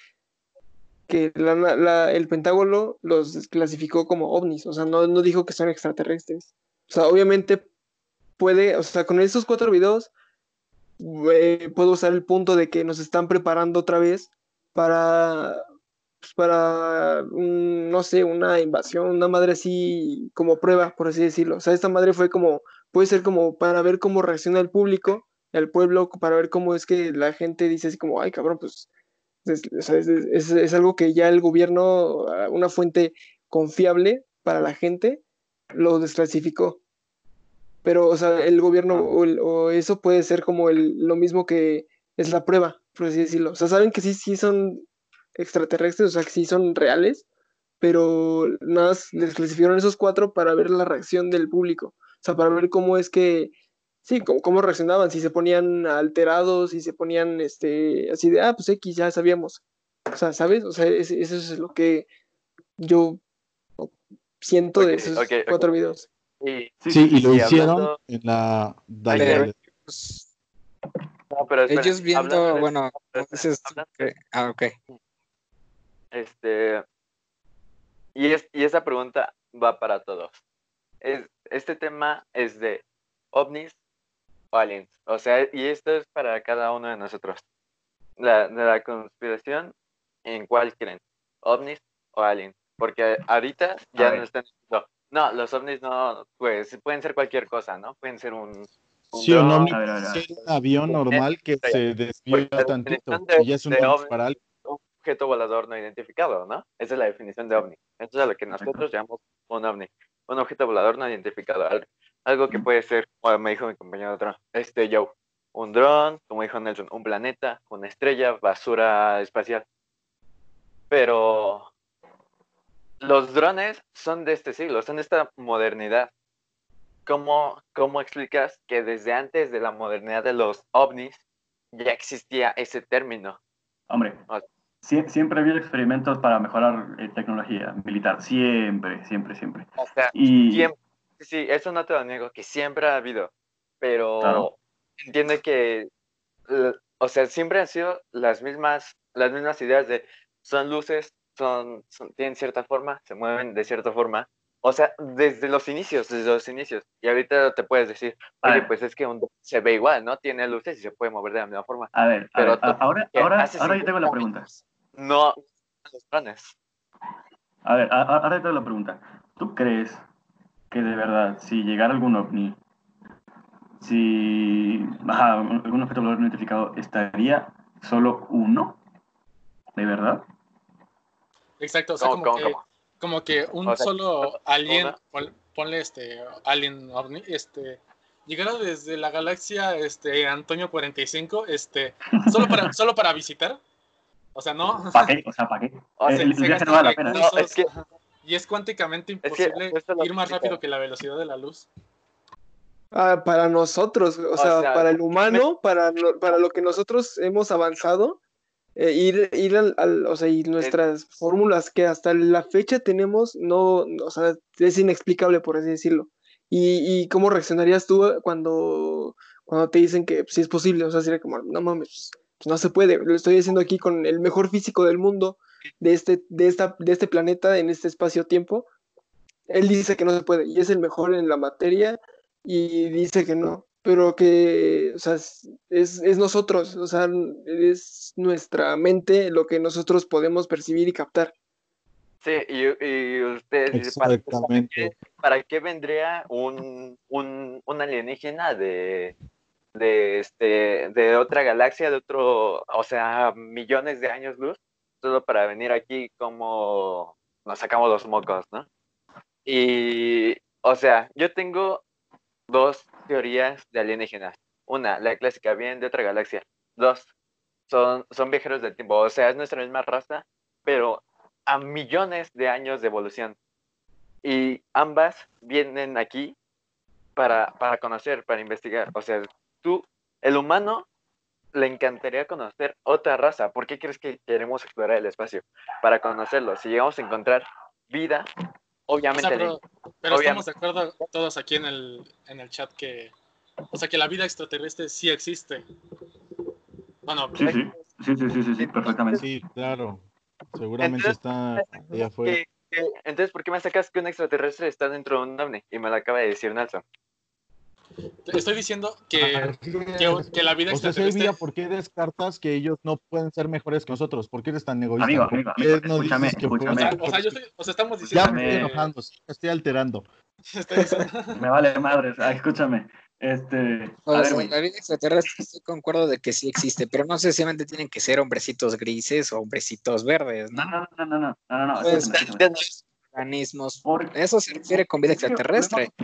que el Pentágono los clasificó como ovnis, o sea, no dijo que son extraterrestres. O sea, obviamente puede, o sea, con estos 4 videos puedo usar el punto de que nos están preparando otra vez para, pues, no sé, una invasión, una madre así como prueba, por así decirlo. O sea, esta madre fue como, puede ser como para ver cómo reacciona el público, el pueblo, para ver cómo es que la gente dice así como, ay, cabrón, pues o sea, es algo que ya el gobierno, una fuente confiable para la gente, lo desclasificó. Pero, o sea, el gobierno o eso puede ser como lo mismo que es la prueba, por así decirlo. O sea, saben que sí son extraterrestres, o sea, que sí son reales, pero nada más desclasificaron esos 4 para ver la reacción del público. O sea, para ver cómo es que, sí, cómo reaccionaban, si se ponían alterados, si se ponían así de, pues X, ya sabíamos. O sea, ¿sabes? O sea, eso es lo que yo siento Ok, de esos ok, 4 ok. videos. Sí, y lo Y hicieron hablando, en la... Dale, Pero dale. ellos, no, pero esperen, ellos hablando viendo, de, bueno, pero como esperen, dices tú hablando que, ok. este, y esta pregunta va para todos. Este tema es de ovnis o aliens. O sea, y esto es para cada uno de nosotros. De la conspiración, ¿en cuál creen? ¿Ovnis o aliens? Porque ahorita A ya no ver, están diciendo, no, los ovnis no, pues pueden ser cualquier cosa, ¿no? Pueden ser un Sí, un dron, ovni a ver, puede a ver. ser un avión normal que se desvió porque la tantito definición y ya es un de ovni ovni para es un objeto volador no identificado, ¿no? Esa es la definición de ovni. Eso es a lo que nosotros llamamos un ovni. Un objeto volador no identificado. Algo que puede ser, como me dijo mi compañero otro, Joe, un dron, como dijo Nelson, un planeta, una estrella, basura espacial. Pero los drones son de este siglo, son de esta modernidad. ¿Cómo explicas que desde antes de la modernidad de los ovnis ya existía ese término? Hombre, O- siempre ha habido experimentos para mejorar tecnología militar. Siempre. O sea, Y, siempre, sí, eso no te lo niego, que siempre ha habido, claro, pero entiende que, o sea, siempre han sido las mismas ideas de son luces, tienen cierta forma, se mueven de cierta forma. O sea, desde los inicios. Y ahorita te puedes decir, a oye, ver, pues es que un dron se ve igual, ¿no? Tiene luces y se puede mover de la misma forma. a Pero ver, ahora, que ahora, hace ahora yo tengo 50 la pregunta. años no los drones. A ver, ahora yo tengo la pregunta. ¿Tú crees que de verdad, si llegara algún ovni, si algún objeto volador no identificado, estaría solo uno? ¿De verdad? Exacto, o sea, ¿Cómo? como que un O sea, solo uno, alien, ponle alien ovni, llegara desde la galaxia Antonio 45, solo para visitar. O sea, no, ¿Para qué? O sea, ¿para qué? o sea, se El viaje no gastan vale la pena. no, recursos, ajá, y es cuánticamente es que imposible justo lo ir que más rápido digo. que la velocidad de la luz. Para nosotros, o O sea, sea, para el humano, para lo que nosotros hemos avanzado, ir o sea, y es- nuestras fórmulas que hasta la fecha tenemos, o sea, es inexplicable, por así decirlo. Y cómo reaccionarías tú cuando te dicen que sí es posible? O sea, sería como, no mames, pues no se puede, lo estoy haciendo aquí con el mejor físico del mundo, de este planeta, en este espacio-tiempo. Él dice que no se puede y es el mejor en la materia y dice que no, pero que, o sea, es nosotros, o sea, es nuestra mente lo que nosotros podemos percibir y captar. sí, y ustedes dicen, Exactamente. ¿para qué vendría un alienígena de otra galaxia, de otro, o sea, millones de años luz, solo para venir aquí como nos sacamos los mocos, ¿no? Y, o sea, yo tengo dos teorías de alienígenas. Una, la clásica, vienen de otra galaxia. Dos, son viajeros del tiempo. O sea, es nuestra misma raza, pero a millones de años de evolución. Y ambas vienen aquí para conocer, para investigar. O sea, el humano, le encantaría conocer otra raza. ¿Por qué crees que queremos explorar el espacio? Para conocerlo. Si llegamos a encontrar vida, O sea, obviamente, pero estamos obviamente, de acuerdo todos aquí en el chat o sea, que la vida extraterrestre sí existe. Bueno, Sí, perfectamente. Sí, claro. Seguramente entonces, está allá afuera. entonces, ¿por qué me sacas que un extraterrestre está dentro de un ovni? Y me lo acaba de decir Nelson. estoy diciendo Ah, que la vida O sea, si hay extraterrestre. vida, ¿por qué descartas que ellos no pueden ser mejores que nosotros? ¿Por qué eres tan Amigo, egoísta? ¿Por amigo, qué no dices que pueden ser O sea, mejores que estamos Ya diciendo me estoy que. escúchame, enojando, sí, me estoy alterando. Estoy diciendo. me vale madres. Escúchame. A O ver, sea, güey. la vida extraterrestre estoy concuerdo de que sí existe, pero no necesariamente tienen que ser hombrecitos grises o hombrecitos verdes, ¿no? No, Pues escúchame. organismos. Por- Eso se refiere con vida es que el problema, extraterrestre.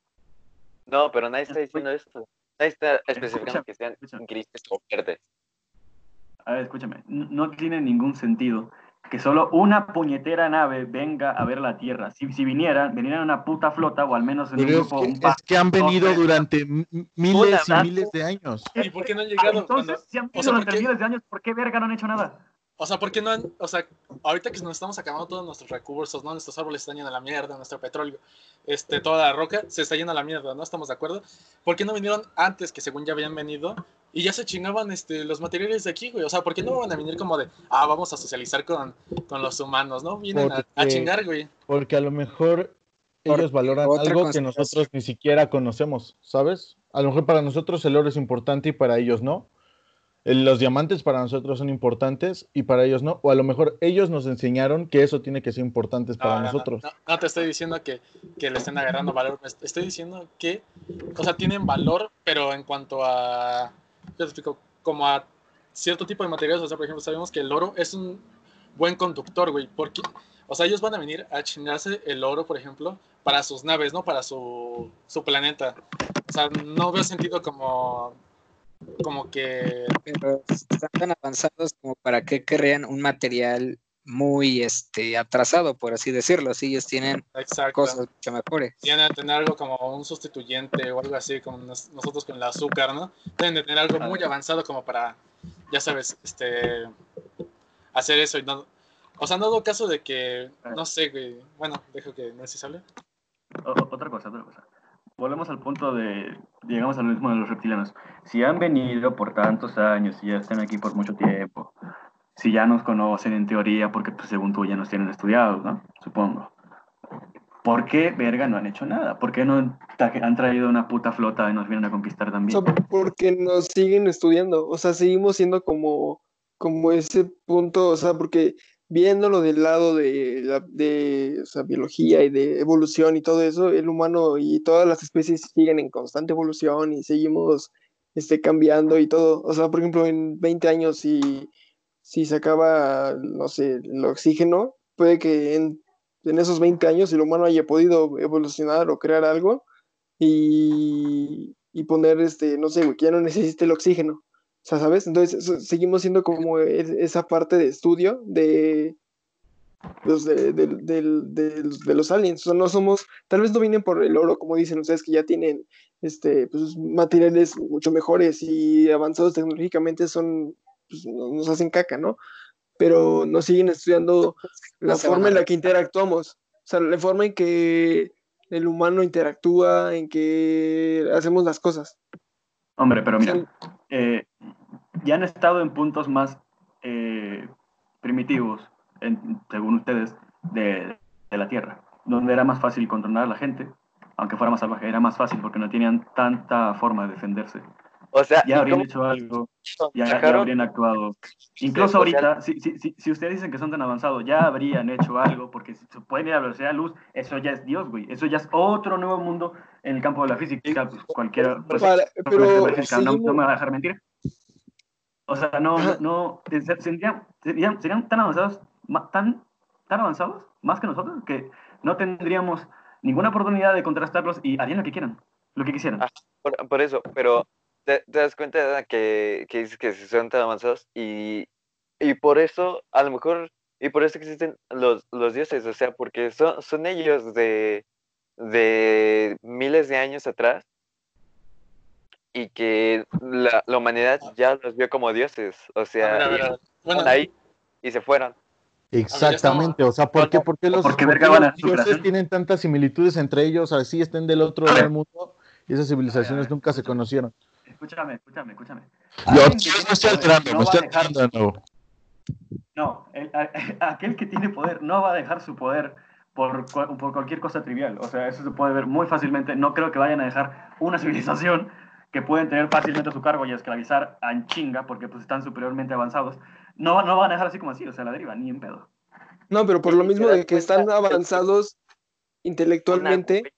No, pero nadie está güey, diciendo esto. Nadie está especificando escúchame, que sean escúchame. grises o verdes. A ver, escúchame. No tiene ningún sentido que solo una puñetera nave venga a ver la Tierra. Si vinieran una puta flota o al menos en un Pero grupo, un es par, que han dos, venido tres. durante Una miles y más. miles de años. ¿Y por qué no han llegado? Entonces, si han O vivido sea, ¿por durante qué? miles de años, ¿por qué verga no han hecho nada? O sea, ¿por qué no han, o sea, ahorita que nos estamos acabando todos nuestros recursos, ¿no? Nuestros árboles están yendo a la mierda, nuestro petróleo, toda la roca se está yendo a la mierda, ¿no? ¿Estamos de acuerdo? ¿Por qué no vinieron antes, que según ya habían venido, y ya se chingaban los materiales de aquí, güey? O sea, ¿por qué no van a venir como de, vamos a socializar con los humanos, ¿no? Vienen a Porque, chingar, güey. porque a lo mejor ellos Porque valoran otra algo que nosotros consideración, ni siquiera conocemos, ¿sabes? A lo mejor para nosotros el oro es importante y para ellos no. Los diamantes para nosotros son importantes y para ellos no. O a lo mejor ellos nos enseñaron que eso tiene que ser importante para nosotros. No te estoy diciendo que le estén agarrando valor, estoy diciendo que, o sea, tienen valor, pero en cuanto a, yo te explico, como a cierto tipo de materiales, o sea, por ejemplo, sabemos que el oro es un buen conductor, güey, porque, o sea, ellos van a venir a chingarse el oro, por ejemplo, para sus naves, ¿no? Para su planeta. O sea, no veo sentido como que. pero están tan avanzados como para que querrían un material muy atrasado, por así decirlo. Así ellos tienen Exacto. cosas mucho mejores. Tienen que tener algo como un sustituyente o algo así, como nosotros con el azúcar, ¿no? Deben de tener algo muy avanzado como para, ya sabes, hacer eso. Y no, o sea, no hago caso de que, no sé, güey. Bueno, dejo que Nancy hable. Otra cosa. Volvemos al punto llegamos al mismo de los reptilianos. Si han venido por tantos años, si ya están aquí por mucho tiempo, si ya nos conocen en teoría, porque pues, según tú ya nos tienen estudiados, ¿no? Supongo. ¿Por qué, verga, no han hecho nada? ¿Por qué no han traído una puta flota y nos vienen a conquistar O también? sea, porque nos siguen estudiando, o sea, seguimos siendo como ese punto, o sea, porque viéndolo del lado de o sea, biología y de evolución y todo eso, el humano y todas las especies siguen en constante evolución y seguimos cambiando y todo. O sea, por ejemplo, en 20 años, si se acaba, no sé, el oxígeno, puede que en esos 20 años el humano haya podido evolucionar o crear algo y poner, no sé, güey, que ya no necesite el oxígeno. O sea, ¿sabes? Entonces seguimos siendo como esa parte de estudio de los aliens. O sea, no somos, tal vez no vienen por el oro, como dicen ustedes, que ya tienen pues, materiales mucho mejores y avanzados tecnológicamente pues, nos hacen caca, ¿no? Pero nos siguen estudiando No la se van forma a en la que interactuamos. O sea, la forma en que el humano interactúa, en que hacemos las cosas. Hombre, pero O sea, mira, ya han estado en puntos más primitivos, según ustedes, de la Tierra, donde era más fácil controlar a la gente, aunque fuera más salvaje, era más fácil porque no tenían tanta forma de defenderse. O sea, Ya ¿y habrían cómo hecho algo, ya sacaron habrían actuado. ustedes? Incluso O sea, ahorita, si ustedes dicen que son tan avanzados, ya habrían hecho algo, porque si se pueden ir a la velocidad de la luz, eso ya es Dios, güey. Eso ya es otro nuevo mundo en el campo de la física. Pues cualquiera, pues, pero de física no seguimos. me va a dejar mentir. O sea, Ajá. serían tan avanzados, tan avanzados, más que nosotros, que no tendríamos ninguna oportunidad de contrastarlos y harían lo que quieran, lo que quisieran. ah, por eso, pero te das cuenta de que dices que si son tan avanzados y por eso, a lo mejor, y por eso existen los dioses, o sea, porque son ellos de miles de años atrás y que la humanidad ya los vio como dioses, o sea, A ver. Bueno, estaban ahí y se fueron. Exactamente, o sea, ¿por qué ¿Por qué verga los van a su dioses creación? tienen tantas similitudes entre ellos, así estén del otro lado del mundo y esas civilizaciones nunca se conocieron? Escúchame. Yo Alguien que me tiene estoy poder alterando, no me va estoy a dejar. alterando de nuevo. No, aquel que tiene poder no va a dejar su poder por cualquier cosa trivial. O sea, eso se puede ver muy fácilmente. No creo que vayan a dejar una civilización que pueden tener fácilmente a su cargo y esclavizar a chinga porque pues están superiormente avanzados. No van a dejar así como así, o sea, la deriva, ni en pedo. No, pero por lo Y te mismo das de que cuenta están avanzados intelectualmente.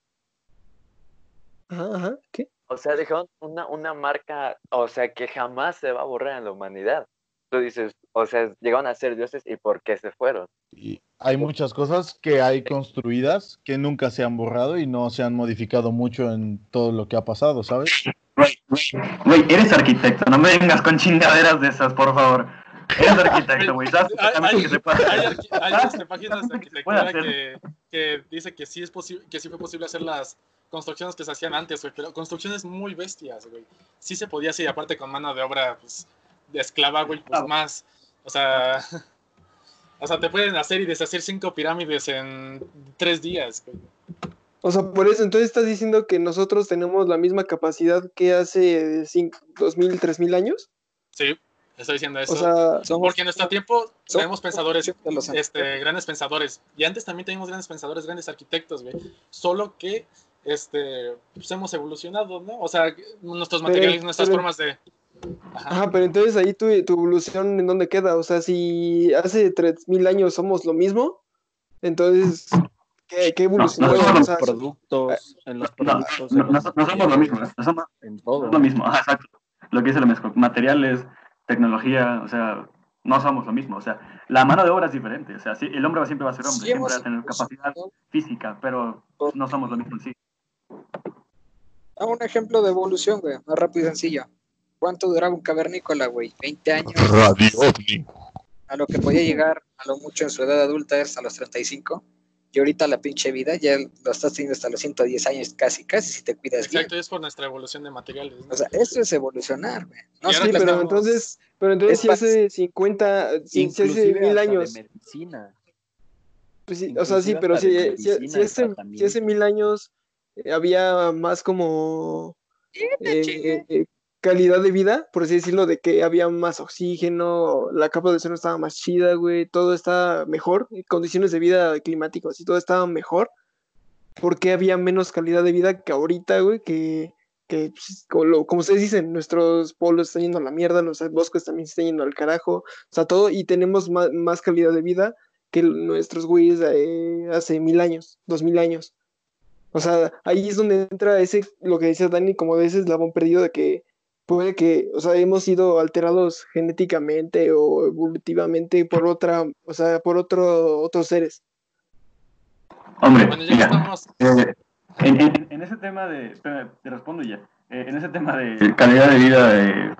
Ajá, ¿qué? o sea, dejaron una marca, o sea, que jamás se va a borrar en la humanidad. Tú dices, o sea, llegaron a ser dioses y ¿por qué se fueron? Y hay muchas cosas que hay construidas que nunca se han borrado y no se han modificado mucho en todo lo que ha pasado, ¿sabes? Güey, eres arquitecto, no me vengas con chingaderas de esas, por favor. Eres arquitecto, güey. ¿Sabes hay, que se puede hacer? hay páginas de Se puede arquitectura hacer. que dice que sí es posible, que sí fue posible hacer las construcciones que se hacían antes, güey, pero construcciones muy bestias, güey. Sí se podía hacer, y aparte con mano de obra, pues, de esclava, güey, pues más. O sea, te pueden hacer y deshacer 5 pirámides en 3 días, güey. O sea, por eso, entonces estás diciendo que nosotros tenemos la misma capacidad que hace 2.000, 3.000 años. Sí, estoy diciendo eso. O sea, porque en nuestro tiempo tenemos pensadores, de los grandes pensadores. Y antes también teníamos grandes pensadores, grandes arquitectos, güey. Solo que pues hemos evolucionado, ¿no? O sea, nuestros materiales, nuestras formas de. Ajá, pero entonces ahí tu evolución, ¿en dónde queda? O sea, si hace 3.000 años somos lo mismo, entonces, ¿qué evolucionó? No, En O los sea, productos, no somos lo mismo, no somos en todo. lo mismo. Ajá, exacto. Lo que dice lo mismo. Materiales, tecnología, o sea, no somos lo mismo. O sea, la mano de obra es diferente. O sea, sí, el hombre siempre va a ser hombre, Sí, siempre va hemos a tener capacidad física, pero no somos lo mismo en sí. un ejemplo de evolución, güey, más rápido y sencillo. ¿Cuánto duraba un cavernícola, güey? 20 años. Radio OVNI. a lo que podía llegar a lo mucho en su edad adulta es a los 35, y ahorita la pinche vida ya lo estás teniendo hasta los 110 años casi si te cuidas Exacto, bien. es por nuestra evolución de materiales, ¿no? O sea, esto es evolucionar, güey. No Y ahora sé, que pero estamos- entonces Es si hace 50, si hace Inclusive 1000 hasta años, de medicina. pues sí, o sea, sí, Inclusive pero hasta de si medicina, de hace tratamiento. 1000 años había más como chingue. calidad de vida, por así decirlo, de que había más oxígeno, la capa de ozono estaba más chida, güey, todo estaba mejor, condiciones de vida climáticas y todo estaba mejor, ¿por qué había menos calidad de vida que ahorita, güey? Que pues, como ustedes dicen, nuestros pueblos están yendo a la mierda, los bosques también se están yendo al carajo, o sea, todo, y tenemos más calidad de vida que nuestros güeyes hace 1000 años, 2000 años. O sea, ahí es donde entra lo que decía Dani, como de ese eslabón perdido de que puede que, o sea, hemos sido alterados genéticamente o evolutivamente por otros seres. Hombre, Bueno, ya que mira, estamos... en ese tema de, espérame, te respondo ya, en ese tema de calidad de vida,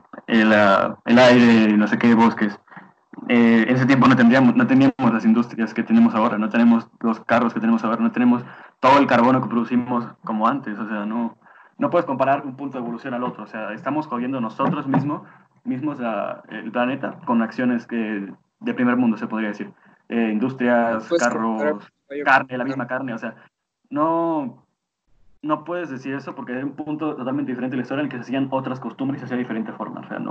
el aire, no sé qué, bosques, en ese tiempo no teníamos las industrias que tenemos ahora, no tenemos los carros que tenemos ahora, no tenemos todo el carbono que producimos como antes, o sea, no puedes comparar un punto de evolución al otro, o sea, estamos jodiendo nosotros mismos el planeta con acciones de primer mundo, se podría decir. Industrias, Pues, carros, carne, la misma carne, o sea, no, no puedes decir eso porque hay un punto totalmente diferente de la historia en el que se hacían otras costumbres y se hacía de diferente forma, o sea,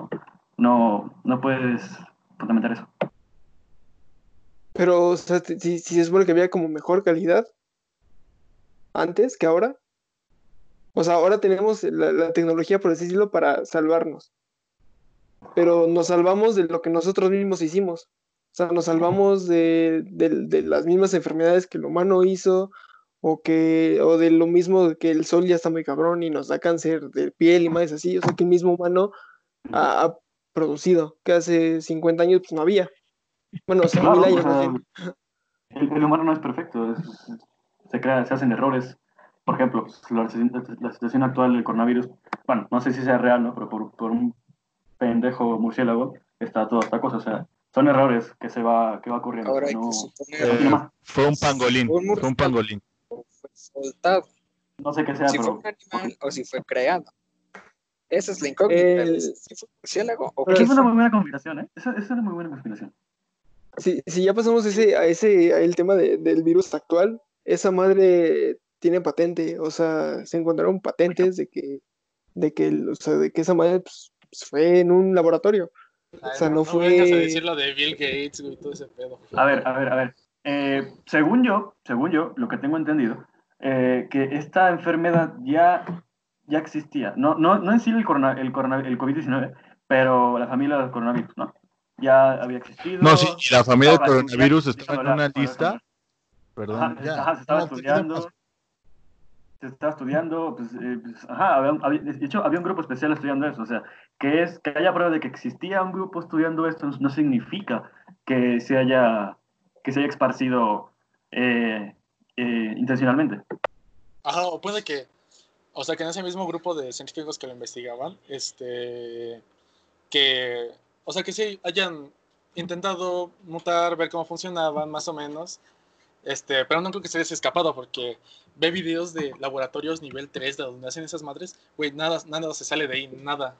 no puedes fundamentar eso. Pero, o sea, si se supone que había como mejor calidad antes que ahora. O sea, ahora tenemos la tecnología, por así decirlo, para salvarnos. Pero nos salvamos de lo que nosotros mismos hicimos. O sea, nos salvamos de las mismas enfermedades que el humano hizo, o de lo mismo que el sol ya está muy cabrón y nos da cáncer de piel y más así. O sea, que el mismo humano ha producido, que hace 50 años pues no había. Bueno, o sea, Claro, 1000 o años más sea, bien. el humano no es perfecto, se hacen errores. Por ejemplo, la situación actual del coronavirus, bueno, no sé si sea real, ¿no? Pero por un pendejo murciélago está toda esta cosa, o sea, son errores que va ocurriendo, o ahora sea, hay que no suponer tiene más. Fue un pangolín, un fue un pangolín. fue soltado, No sé qué sea, si fue pero un animal o si fue creado. Esa es la incógnita, güey. El, Si fue un murciélago o esa qué es una fue. muy buena combinación, ¿eh? Esa es una muy buena combinación. si ya pasamos el tema del virus actual, esa madre tiene patente, o sea, se encontraron patentes o sea, de que esa madre pues, fue en un laboratorio. O Ay, sea, no, no no vengas a fue. decir lo de Bill Gates, güey, todo ese pedo. A ver. Según yo, lo que tengo entendido, que esta enfermedad ya existía. No en sí el COVID-19, pero la familia del coronavirus, ¿no? Ya había No, sí, existido, y la familia del ya coronavirus existía estaba en una para eso, ¿no? lista, perdón, ya. Se estaba No, tiene más. estudiando, de hecho había un grupo especial estudiando eso, o sea, que haya prueba de que existía un grupo estudiando esto no significa que se haya esparcido intencionalmente. Ajá, o puede que, o sea, que en ese mismo grupo de científicos que lo investigaban, que, o sea, que sí hayan intentado mutar, ver cómo funcionaban, más o menos, pero no creo que se haya escapado porque ve videos de laboratorios nivel 3 de donde hacen esas madres, güey, nada se sale de ahí, nada.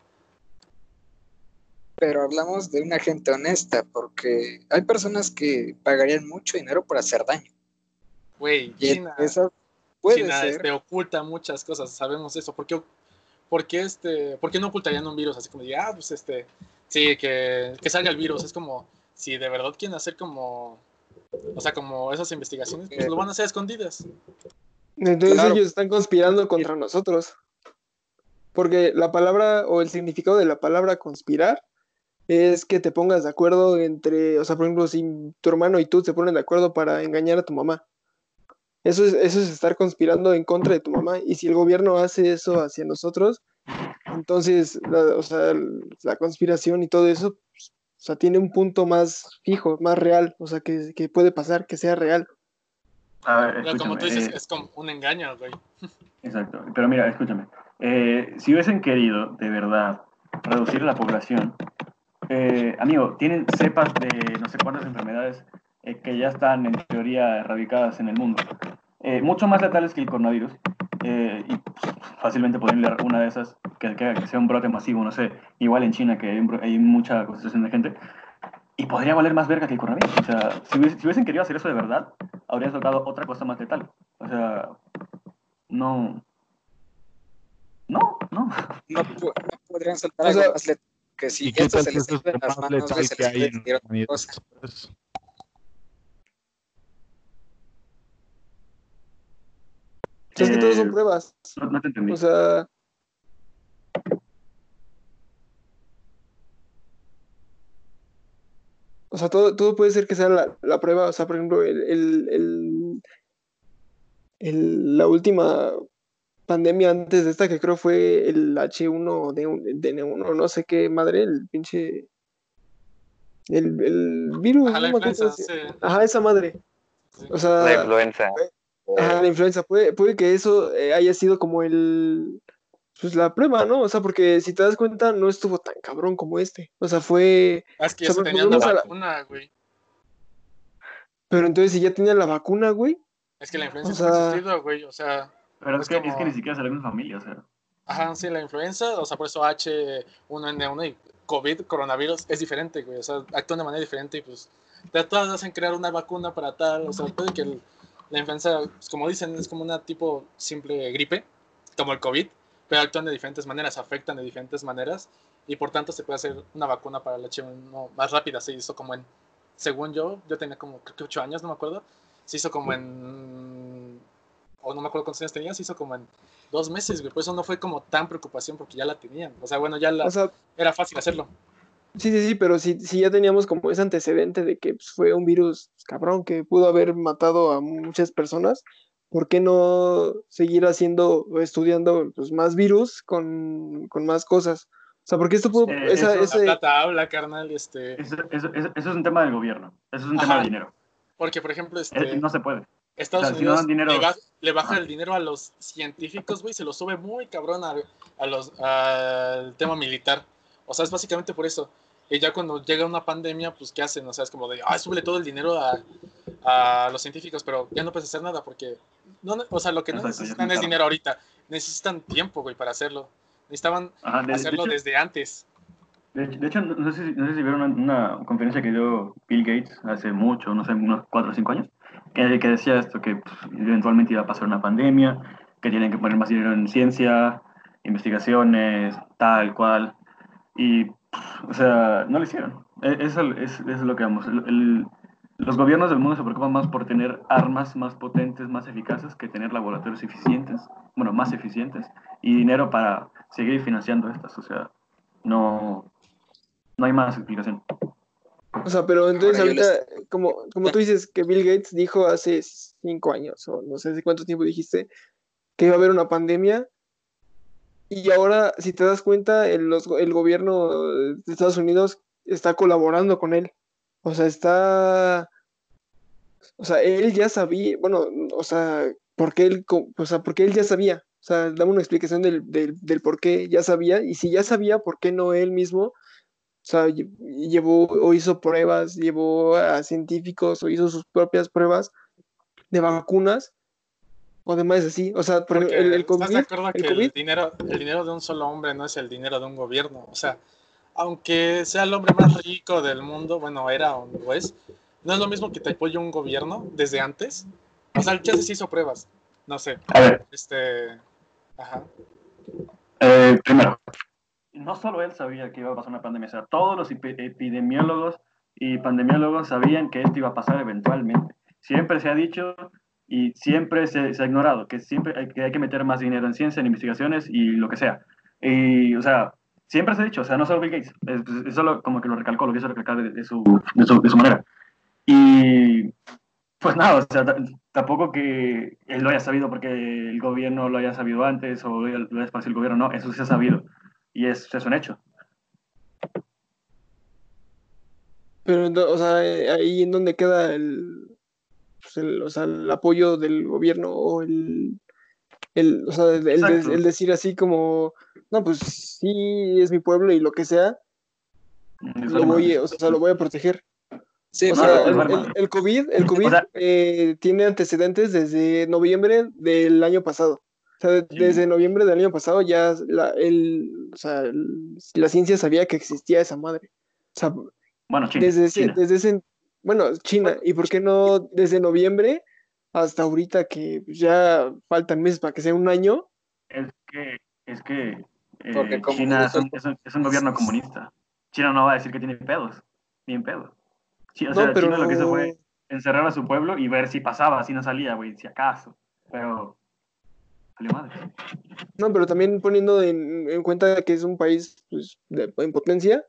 Pero hablamos de una gente honesta, porque hay personas que pagarían mucho dinero por hacer daño. Güey, Y esa puede China, ser. oculta muchas cosas, sabemos eso. ¿Por qué no ocultarían un virus así como de, pues sí, que salga el virus? Es como, si de verdad quieren hacer como, o sea, como esas investigaciones, pues lo van a hacer a escondidas. Entonces Claro. ellos están conspirando contra nosotros. Porque la palabra o el significado de la palabra conspirar es que te pongas de acuerdo o sea, por ejemplo, si tu hermano y tú se ponen de acuerdo para engañar a tu mamá. Eso es estar conspirando en contra de tu mamá. Y si el gobierno hace eso hacia nosotros, entonces, o sea, la conspiración y todo eso, pues, o sea, tiene un punto más fijo, más real, o sea, que puede pasar, que sea real. A ver, Pero como tú escúchame. dices, es como un engaño, güey. Exacto, pero mira, escúchame. Si hubiesen querido, de verdad, reducir la población, amigo, tienen cepas de no sé cuántas enfermedades que ya están en teoría erradicadas en el mundo. Mucho más letales que el coronavirus. Y pues, fácilmente podrían leer una de esas que sea un brote masivo, no sé, igual en China que hay mucha concentración de gente. Y podría valer más verga que el coronavirus. O sea, si hubiesen querido hacer eso de verdad, habrían tocado otra cosa más letal. O sea, no. No, no. No podrían soltar O algo sea, más letal, que si ¿Y qué esto tal se que les eso es sale de lo las más manos, güey, letal se que les hay puede en la decir otra humanidad? cosa. Pues, o sea, es que todos son Eh, pruebas. no te entendí. O sea, todo puede ser que sea la prueba. O sea, por ejemplo, la última pandemia antes de esta que creo fue el H1N1, no sé qué madre, el pinche, el virus, Ajá, no la me acuerdo cómo influenza, se sí. Ajá, esa madre. Sí. O La sea, influenza. ajá, la influenza, puede que eso haya sido como pues la prueba, ¿no? O sea, porque si te das cuenta, no estuvo tan cabrón como este. O sea, Ah, es que o ya sea, se tenía una volvemos vacuna, güey. pero entonces si ya tenía la vacuna, güey, Es que la influenza o siempre ha sea, existido, güey. O sea, Pero es es que ni como. siquiera es de la misma familia, o sea. Ajá, sí, la influenza, o sea, por eso H1N1 y COVID, coronavirus, es diferente, güey. O sea, actúan de manera diferente y pues de todas hacen crear una vacuna para tal. O sea, puede que la influenza, pues, como dicen, es como una tipo simple gripe, como el COVID, pero actúan de diferentes maneras, afectan de diferentes maneras y por tanto se puede hacer una vacuna para el H1N1 más rápida. Se hizo como según yo tenía como creo que 8 años, no me acuerdo. Se hizo como o no me acuerdo cuántos años tenía, se hizo como en 2 meses, güey. Por eso no fue como tan preocupación porque ya la tenían. O sea, bueno, o sea, era fácil hacerlo. sí, pero si ya teníamos como ese antecedente de que pues, fue un virus pues, cabrón que pudo haber matado a muchas personas, ¿por qué no seguir haciendo o estudiando pues, más virus con más cosas? O sea, porque esto Pues, pudo, Eso, la plata habla, carnal, eso es un tema del gobierno. Eso es un tema de Ajá, dinero. porque por ejemplo, No se puede. O Estados sea, si no dan Unidos dinero. le baja Ajá. el dinero a los científicos, güey, se lo sube muy cabrón al tema militar. O sea, es básicamente por eso. Y ya cuando llega una pandemia, pues, ¿qué hacen? O sea, es como de, súbele todo el dinero a los científicos, pero ya no puedes hacer nada porque, no, o sea, lo que no Exacto, ya es necesitan muy es tarde. dinero ahorita, necesitan tiempo, güey, para hacerlo. Necesitaban Ajá, de hacerlo hecho, desde antes. de hecho, no sé si vieron una conferencia que dio Bill Gates hace mucho, no sé, unos 4 o 5 años, que decía esto, que pues, eventualmente iba a pasar una pandemia, que tienen que poner más dinero en ciencia, investigaciones, tal cual. Y, o sea, no lo hicieron. Eso es lo que vamos. Los gobiernos del mundo se preocupan más por tener armas más potentes, más eficaces, que tener laboratorios eficientes, bueno, más eficientes, y dinero para seguir financiando estas. O sea, no, no hay más explicación. o sea, pero entonces Ahora yo les... ahorita, como tú dices que Bill Gates dijo hace 5 años, o no sé hace cuánto tiempo dijiste, que iba a haber una pandemia. Y ahora, si te das cuenta, el gobierno de Estados Unidos está colaborando con él. O sea, él ya sabía, bueno, o sea, porque él ya sabía. O sea, dame una explicación del por qué ya sabía. Y si ya sabía, ¿por qué no él mismo? O sea, llevó o hizo pruebas, llevó a científicos o hizo sus propias pruebas de vacunas o demás así. O sea, por ejemplo, Porque el estás de COVID, acuerdo el que COVID, el dinero de un solo hombre no es el dinero de un gobierno. O sea, aunque sea el hombre más rico del mundo, bueno, era o no es, no es lo mismo que te apoye un gobierno desde antes. O sea, el Chelsea sí hizo pruebas. No sé. A ver, Ajá. primero, no solo él sabía que iba a pasar una pandemia, o sea, todos los epidemiólogos y pandemiólogos sabían que esto iba a pasar eventualmente. Siempre se ha dicho y siempre se ha ignorado que siempre hay que meter más dinero en ciencia, en investigaciones y lo que sea. Y, o sea, siempre se ha dicho, o sea, no solo Bill Gates, es solo como que lo recalcó, lo quiso recalcar de su manera. Y pues nada, o sea, tampoco que él lo haya sabido porque el gobierno lo haya sabido antes o lo haya esparcido el gobierno, no, eso se ha sabido y es un hecho. pero o sea, ahí en donde queda pues, o sea, el apoyo del gobierno o o sea, Exacto. el decir así como, no, pues sí, es mi pueblo y lo que sea, lo voy a proteger. Sí, O No, sea, les vale madre. el COVID O sea, tiene antecedentes desde noviembre del año pasado. O sea, desde noviembre del año pasado ya la ciencia sabía que existía esa madre. O sea, bueno, China. desde ese, bueno, China, ¿y por qué no desde noviembre hasta ahorita que ya faltan meses para que sea un año? Es que porque como China dijo es un gobierno comunista. China no va a decir que tiene pedos, ni en pedo. Sí, o No, sea, pero China lo que hizo no, fue encerrar a su pueblo y ver si pasaba, si no salía, güey, si acaso. Pero, salió madre. no, pero también poniendo en cuenta que es un país pues, en potencia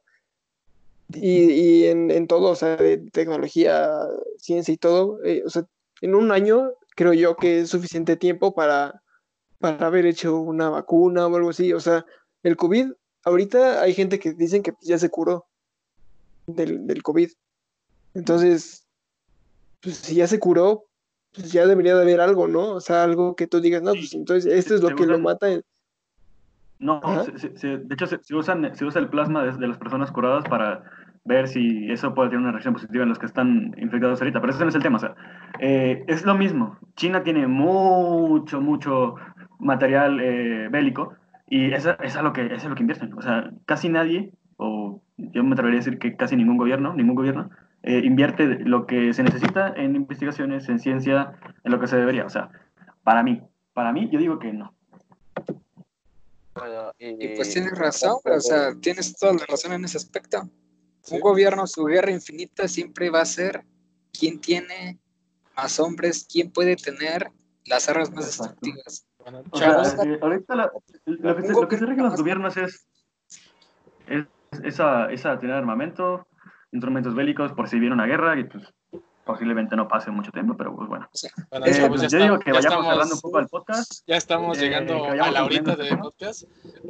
y en todo, o sea, de tecnología, ciencia y todo, o sea, en un año creo yo que es suficiente tiempo para haber hecho una vacuna o algo así. O sea, el COVID, ahorita hay gente que dicen que ya se curó del COVID. Entonces, pues si ya se curó, pues ya debería de haber algo, ¿no? O sea, algo que tú digas, no, pues entonces esto es lo Se que lo usan, mata. no, Ajá. de hecho se usa el plasma de las personas curadas para ver si eso puede tener una reacción positiva en los que están infectados ahorita, pero ese no es el tema, o sea, es lo mismo. China tiene mucho material bélico y es a lo que invierten, o sea, casi nadie, o yo me atrevería a decir que casi ningún gobierno, invierte lo que se necesita en investigaciones, en ciencia, en lo que se debería, o sea, para mí yo digo que no. Bueno, y pues y tienes razón, güey, o sea, tienes toda la razón en ese aspecto. Sí. Un gobierno, su guerra infinita siempre va a ser quién tiene más hombres, quién puede tener las armas más Exacto. destructivas. Bueno, O sea, chavos, ahorita lo que se rigen los gobiernos es esa tener armamento, instrumentos bélicos por si viene una guerra y pues posiblemente no pase mucho tiempo, pero pues bueno. bueno, chavos, Pues yo digo que ya vayamos cerrando un poco el podcast, ya estamos que llegando a vayamos la concluyendo horita este de tema. podcast.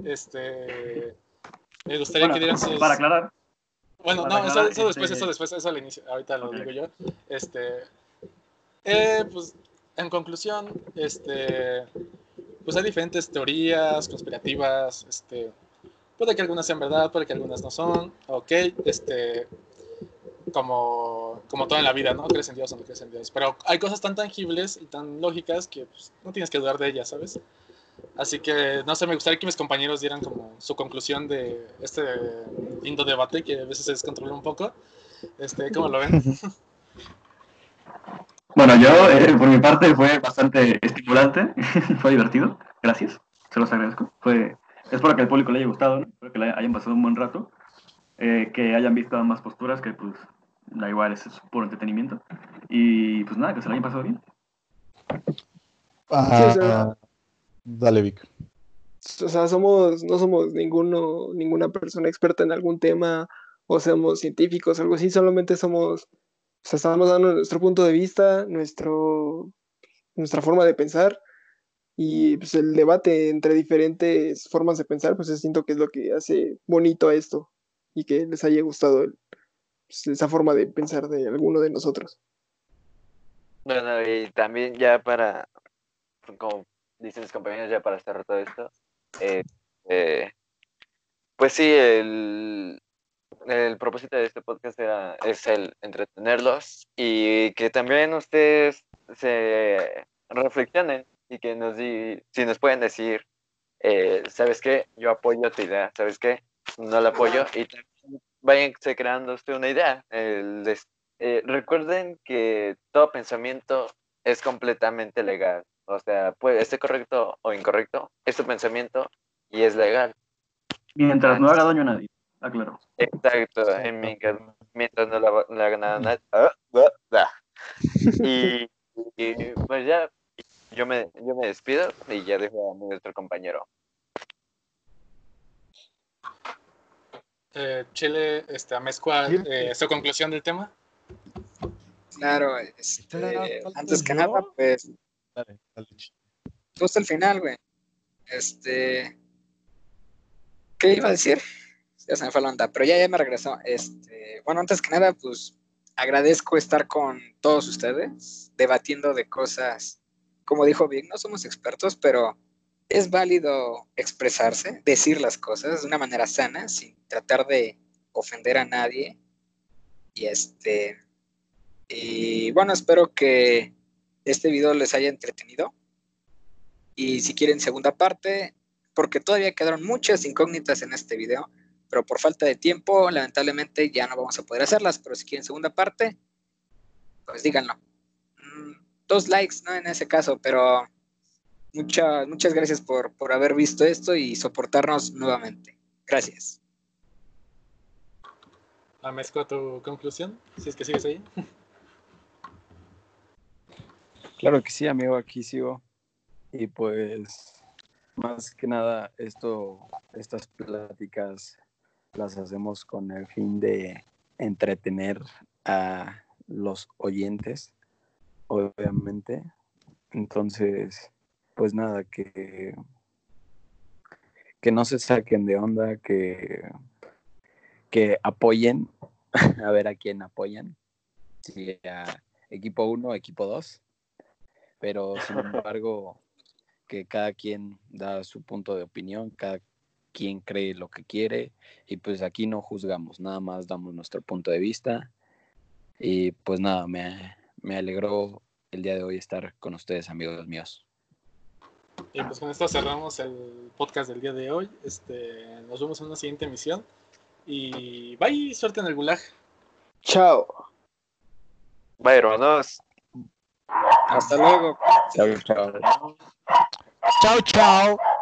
Me gustaría Bueno, que dieran sus... para aclarar, Bueno, para no, aclarar, eso después, eso al inicio, ahorita lo ok. digo yo. Pues, en conclusión, pues hay diferentes teorías conspirativas, puede que algunas sean verdad, puede que algunas no son, ok, como todo en la vida, ¿no? ¿Crees en Dios o no crees en Dios? Pero hay cosas tan tangibles y tan lógicas que pues, no tienes que dudar de ellas, ¿sabes? Así que, no sé, me gustaría que mis compañeros dieran como su conclusión de este lindo debate que a veces se descontrola un poco. ¿Cómo lo ven? Bueno, yo por mi parte fue bastante estimulante, fue divertido, gracias, se los agradezco. Espero que al público le haya gustado, ¿no? Espero que le hayan pasado un buen rato, que hayan visto ambas posturas, que pues da igual, es puro entretenimiento. Y pues nada, que se lo hayan pasado bien. Sí, o sea, Dale, Vic. o sea, no somos ninguna persona experta en algún tema o somos científicos, algo así, solamente somos, o sea, estamos dando nuestro punto de vista, nuestra forma de pensar y pues el debate entre diferentes formas de pensar, pues siento que es lo que hace bonito a esto y que les haya gustado pues, esa forma de pensar de alguno de nosotros. bueno, y también ya como dicen mis compañeros, ya para cerrar todo esto, eh, eh, pues sí, el propósito de este podcast es el entretenerlos y que también ustedes se reflexionen y que si nos pueden decir, ¿sabes qué? Yo apoyo tu idea, ¿sabes qué? No la apoyo y también váyanse creando usted una idea. Recuerden que todo pensamiento es completamente legal, o sea, puede esté correcto o incorrecto, es tu pensamiento y es legal. Mientras no haga daño a nadie, aclaro. Exacto, mientras no le hagan nada a nadie. Y pues ya, yo me despido y ya dejo a mi otro compañero. Chile, Amezcua, su conclusión del tema. Claro, antes que nada, pues, Dale. justo al final, güey. ¿Qué iba a decir? Ya se me fue la onda, pero ya me regresó. Bueno, antes que nada, pues agradezco estar con todos ustedes, debatiendo de cosas, como dijo Vic, no somos expertos, pero es válido expresarse, decir las cosas de una manera sana, sin tratar de ofender a nadie. Y bueno, espero que este video les haya entretenido. Y si quieren segunda parte, porque todavía quedaron muchas incógnitas en este video, pero por falta de tiempo, lamentablemente ya no vamos a poder hacerlas. Pero si quieren segunda parte, pues díganlo. 2 likes, ¿no? En ese caso, pero muchas gracias por haber visto esto y soportarnos nuevamente. Gracias. Mezco tu conclusión, si es que sigues ahí. Claro que sí, amigo, aquí sigo. Y pues, más que nada, estas pláticas las hacemos con el fin de entretener a los oyentes, obviamente. Entonces, pues nada, que no se saquen de onda, que apoyen, a ver a quién apoyan, si a equipo 1 o equipo 2, pero sin embargo, que cada quien da su punto de opinión, cada quien cree lo que quiere, y pues aquí no juzgamos, nada más damos nuestro punto de vista, y pues nada, me alegró el día de hoy estar con ustedes, amigos míos. Y pues con esto cerramos el podcast del día de hoy. Nos vemos en una siguiente emisión. Y bye, suerte en el gulag. Chao. Bye, hermanos. Hasta luego. Chao, chao. Chao, chao.